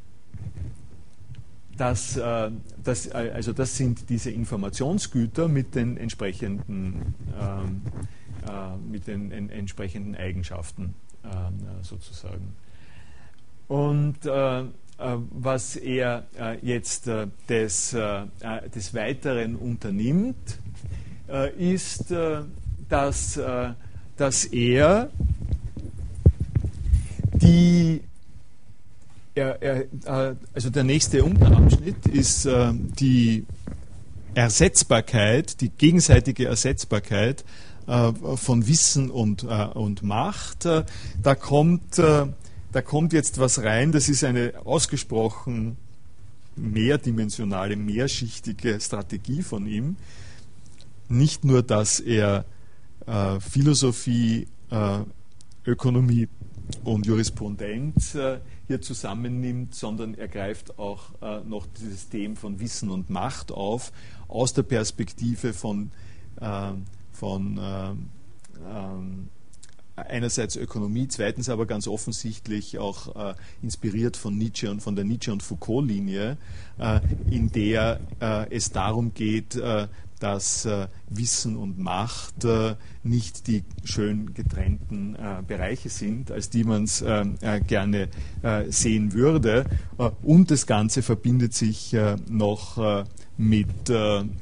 das, uh, das, also das sind diese Informationsgüter mit den entsprechenden, um, uh, mit den en entsprechenden Eigenschaften uh, sozusagen. Und äh, was er äh, jetzt äh, des, äh, des Weiteren unternimmt, äh, ist, äh, dass, äh, dass er die, er, er, äh, also der nächste Unterabschnitt ist äh, die Ersetzbarkeit, die gegenseitige Ersetzbarkeit äh, von Wissen und, äh, und Macht. Äh, da kommt äh, Da kommt jetzt was rein, das ist eine ausgesprochen mehrdimensionale, mehrschichtige Strategie von ihm. Nicht nur, dass er äh, Philosophie, äh, Ökonomie und Jurisprudenz äh, hier zusammennimmt, sondern er greift auch äh, noch dieses System von Wissen und Macht auf, aus der Perspektive von, äh, von äh, äh, einerseits Ökonomie, zweitens aber ganz offensichtlich auch äh, inspiriert von Nietzsche und von der Nietzsche- und Foucault-Linie, äh, in der äh, es darum geht, äh, dass äh, Wissen und Macht äh, nicht die schön getrennten äh, Bereiche sind, als die man es äh, äh, gerne äh, sehen würde. Äh, und das Ganze verbindet sich äh, noch äh, mit äh, äh,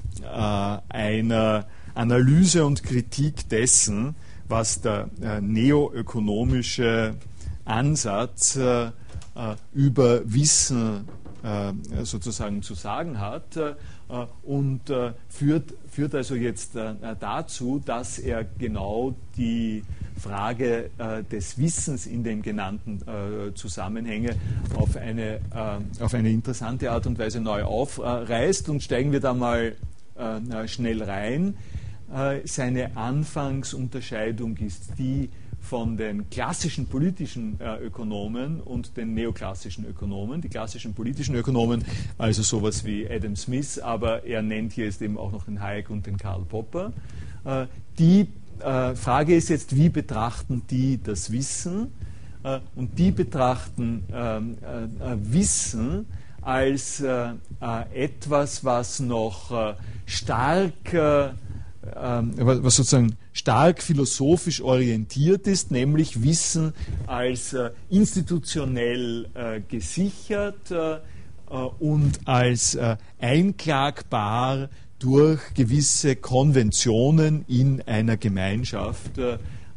einer Analyse und Kritik dessen, was der äh, neoökonomische Ansatz äh, äh, über Wissen äh, sozusagen zu sagen hat äh, und äh, führt, führt also jetzt äh, dazu, dass er genau die Frage äh, des Wissens in den genannten äh, Zusammenhängen auf eine, äh, auf eine interessante Art und Weise neu aufreißt. Und steigen wir da mal äh, schnell rein. Seine Anfangsunterscheidung ist die von den klassischen politischen äh, Ökonomen und den neoklassischen Ökonomen. Die klassischen politischen Ökonomen, also sowas wie Adam Smith, aber er nennt hier jetzt eben auch noch den Hayek und den Karl Popper. Äh, die äh, Frage ist jetzt, wie betrachten die das Wissen? Äh, und die betrachten ähm, äh, Wissen als äh, äh, etwas, was noch äh, stark äh, was sozusagen stark philosophisch orientiert ist, nämlich Wissen als äh, institutionell äh, gesichert äh, und als äh, einklagbar durch gewisse Konventionen in einer Gemeinschaft äh,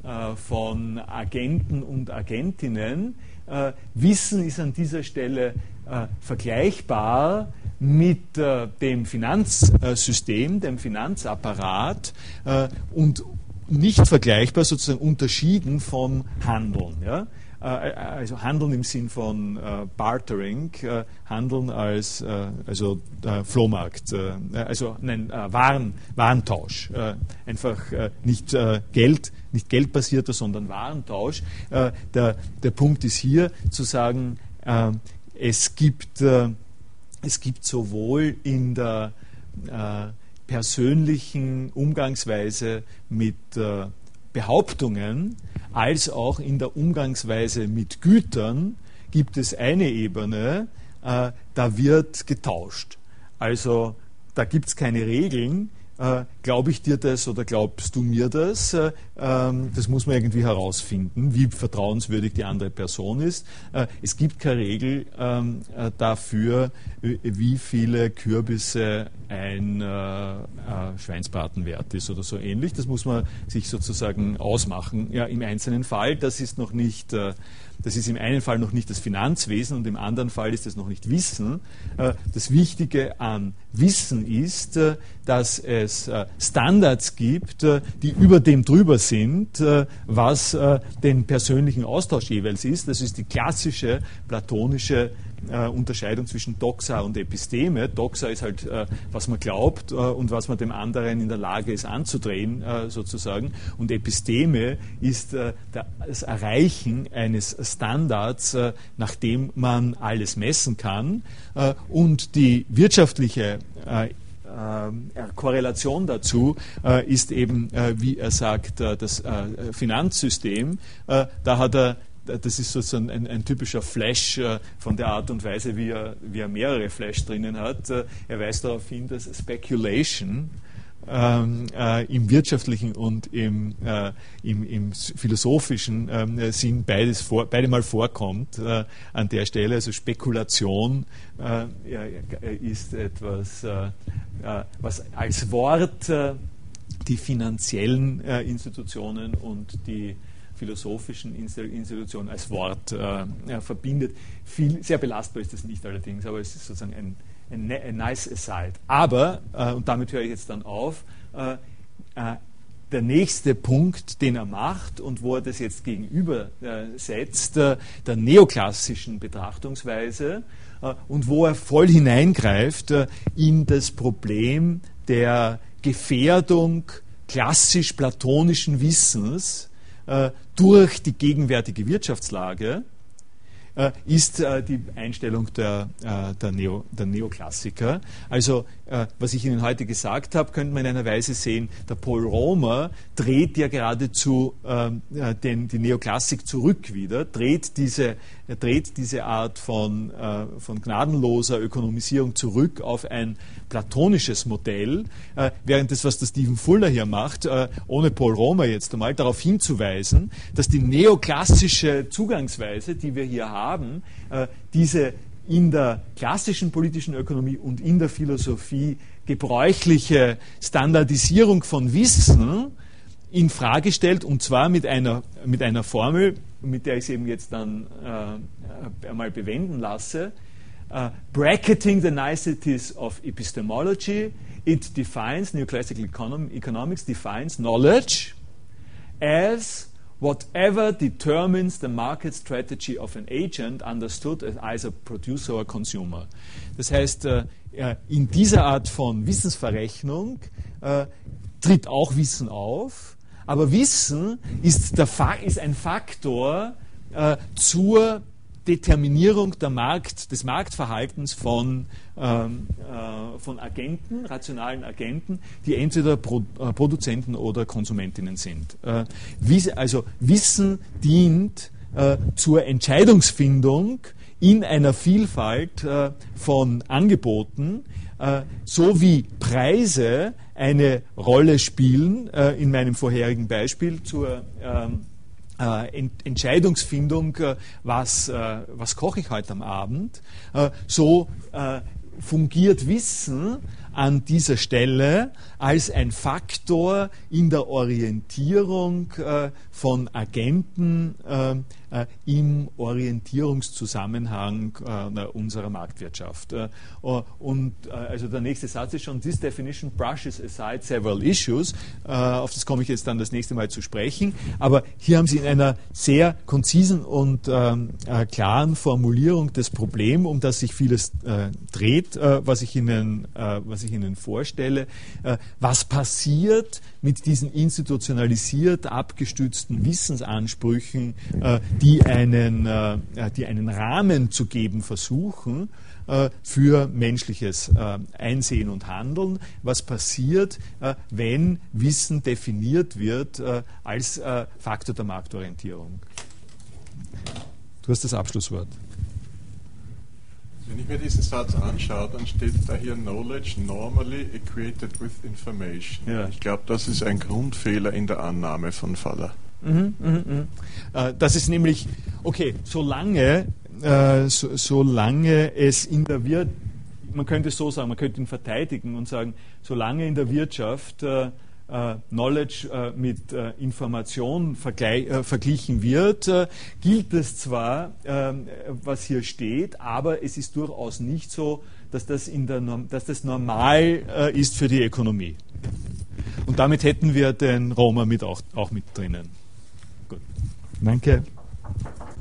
von Agenten und Agentinnen. Äh, Wissen ist an dieser Stelle äh, vergleichbar mit äh, dem Finanzsystem, dem Finanzapparat äh, und nicht vergleichbar, sozusagen unterschieden vom Handeln. Ja? Äh, also Handeln im Sinn von äh, Bartering, äh, Handeln als äh, also äh, Flohmarkt, äh, also nein, äh, Waren, Warentausch, äh, einfach äh, nicht äh, Geld, nicht geldbasierter, sondern Warentausch. Äh, der, der Punkt ist hier zu sagen, äh, es gibt äh, Es gibt sowohl in der äh, persönlichen Umgangsweise mit äh, Behauptungen als auch in der Umgangsweise mit Gütern gibt es eine Ebene, äh, da wird getauscht. Also da gibt es keine Regeln. Äh, glaube ich dir das oder glaubst du mir das? Äh, ähm, das muss man irgendwie herausfinden, wie vertrauenswürdig die andere Person ist. Äh, es gibt keine Regel ähm, äh, dafür, wie viele Kürbisse ein äh, äh, Schweinsbraten wert ist oder so ähnlich. Das muss man sich sozusagen ausmachen. Ja, im einzelnen Fall, das ist noch nicht... Äh, Das ist im einen Fall noch nicht das Finanzwesen und im anderen Fall ist es noch nicht Wissen. Das Wichtige an Wissen ist, dass es Standards gibt, die über dem drüber sind, was den persönlichen Austausch jeweils ist. Das ist die klassische platonische Unterscheidung zwischen Doxa und Episteme. Doxa ist halt, was man glaubt und was man dem anderen in der Lage ist anzudrehen, sozusagen. Und Episteme ist das Erreichen eines Standards, nach dem man alles messen kann. Und die wirtschaftliche Korrelation dazu ist eben, wie er sagt, das Finanzsystem. Da hat er Das ist sozusagen ein, ein typischer Flash äh, von der Art und Weise, wie er, wie er mehrere Flash drinnen hat. Äh, er weist darauf hin, dass Speculation ähm, äh, im wirtschaftlichen und im, äh, im, im philosophischen äh, Sinn beides vor, beide mal vorkommt äh, an der Stelle. Also Spekulation äh, ja, ist etwas, äh, äh, was als Wort äh, die finanziellen äh, Institutionen und die philosophischen Institutionen als Wort äh, ja, verbindet. Viel, sehr belastbar ist das nicht allerdings, aber es ist sozusagen ein, ein, ein nice aside. Aber, äh, und damit höre ich jetzt dann auf, äh, äh, der nächste Punkt, den er macht und wo er das jetzt gegenübersetzt, äh, der neoklassischen Betrachtungsweise äh, und wo er voll hineingreift äh, in das Problem der Gefährdung klassisch-platonischen Wissens äh, durch die gegenwärtige Wirtschaftslage äh, ist äh, die Einstellung der, äh, der, Neo, der Neoklassiker. Also, äh, was ich Ihnen heute gesagt habe, könnte man in einer Weise sehen, der Paul Romer dreht ja geradezu äh, den, die Neoklassik zurück wieder, dreht diese, er dreht diese Art von, äh, von gnadenloser Ökonomisierung zurück auf ein platonisches Modell, äh, während das, was der Stephen Fuller hier macht, äh, ohne Paul Romer jetzt einmal, darauf hinzuweisen, dass die neoklassische Zugangsweise, die wir hier haben, äh, diese in der klassischen politischen Ökonomie und in der Philosophie gebräuchliche Standardisierung von Wissen in Frage stellt, und zwar mit einer, mit einer Formel, mit der ich es eben jetzt dann äh, einmal bewenden lasse. Uh, bracketing the niceties of epistemology, it defines, neoclassical econom economics defines knowledge as whatever determines the market strategy of an agent understood as either producer or consumer. Das heißt, uh, in dieser Art von Wissensverrechnung uh, tritt auch Wissen auf, aber Wissen ist, der Fa ist ein Faktor uh, zur Determinierung der Markt, des Marktverhaltens von, ähm, äh, von Agenten, rationalen Agenten, die entweder Pro, äh, Produzenten oder Konsumentinnen sind. Äh, wiss, also Wissen dient äh, zur Entscheidungsfindung in einer Vielfalt äh, von Angeboten, äh, so wie Preise eine Rolle spielen, äh, in meinem vorherigen Beispiel zur ähm, Äh, Entscheidungsfindung, äh, was, äh, was koche ich heute am Abend, äh, so äh, fungiert Wissen an dieser Stelle als ein Faktor in der Orientierung äh, von Agenten äh, äh, im Orientierungszusammenhang äh, unserer Marktwirtschaft. Äh, und äh, also der nächste Satz ist schon: This definition brushes aside several issues. Äh, auf das komme ich jetzt dann das nächste Mal zu sprechen. Aber hier haben Sie in einer sehr konzisen und ähm, äh, klaren Formulierung das Problem, um das sich vieles äh, dreht, äh, was ich Ihnen, äh, was ich Ihnen vorstelle. Äh, was passiert mit diesen institutionalisiert abgestützten Wissensansprüchen, äh, die, einen, äh, die einen Rahmen zu geben versuchen äh, für menschliches äh, Einsehen und Handeln? Was passiert, äh, wenn Wissen definiert wird äh, als äh, Faktor der Marktorientierung? Du hast das Abschlusswort. Wenn ich mir diesen Satz anschaue, dann steht da hier Knowledge normally equated with information. Ja. Ich glaube, das ist ein Grundfehler in der Annahme von Faller. Mhm, mh, mh. Äh, das ist nämlich, okay, solange, äh, so, solange es in der Wirtschaft, man könnte es so sagen, man könnte ihn verteidigen und sagen, solange in der Wirtschaft äh, Uh, Knowledge uh, mit uh, Information uh, verglichen wird, uh, gilt es zwar, uh, was hier steht, aber es ist durchaus nicht so, dass das, in der Norm dass das normal uh, ist für die Ökonomie. Und damit hätten wir den Romer mit auch, auch mit drinnen. Gut. Danke.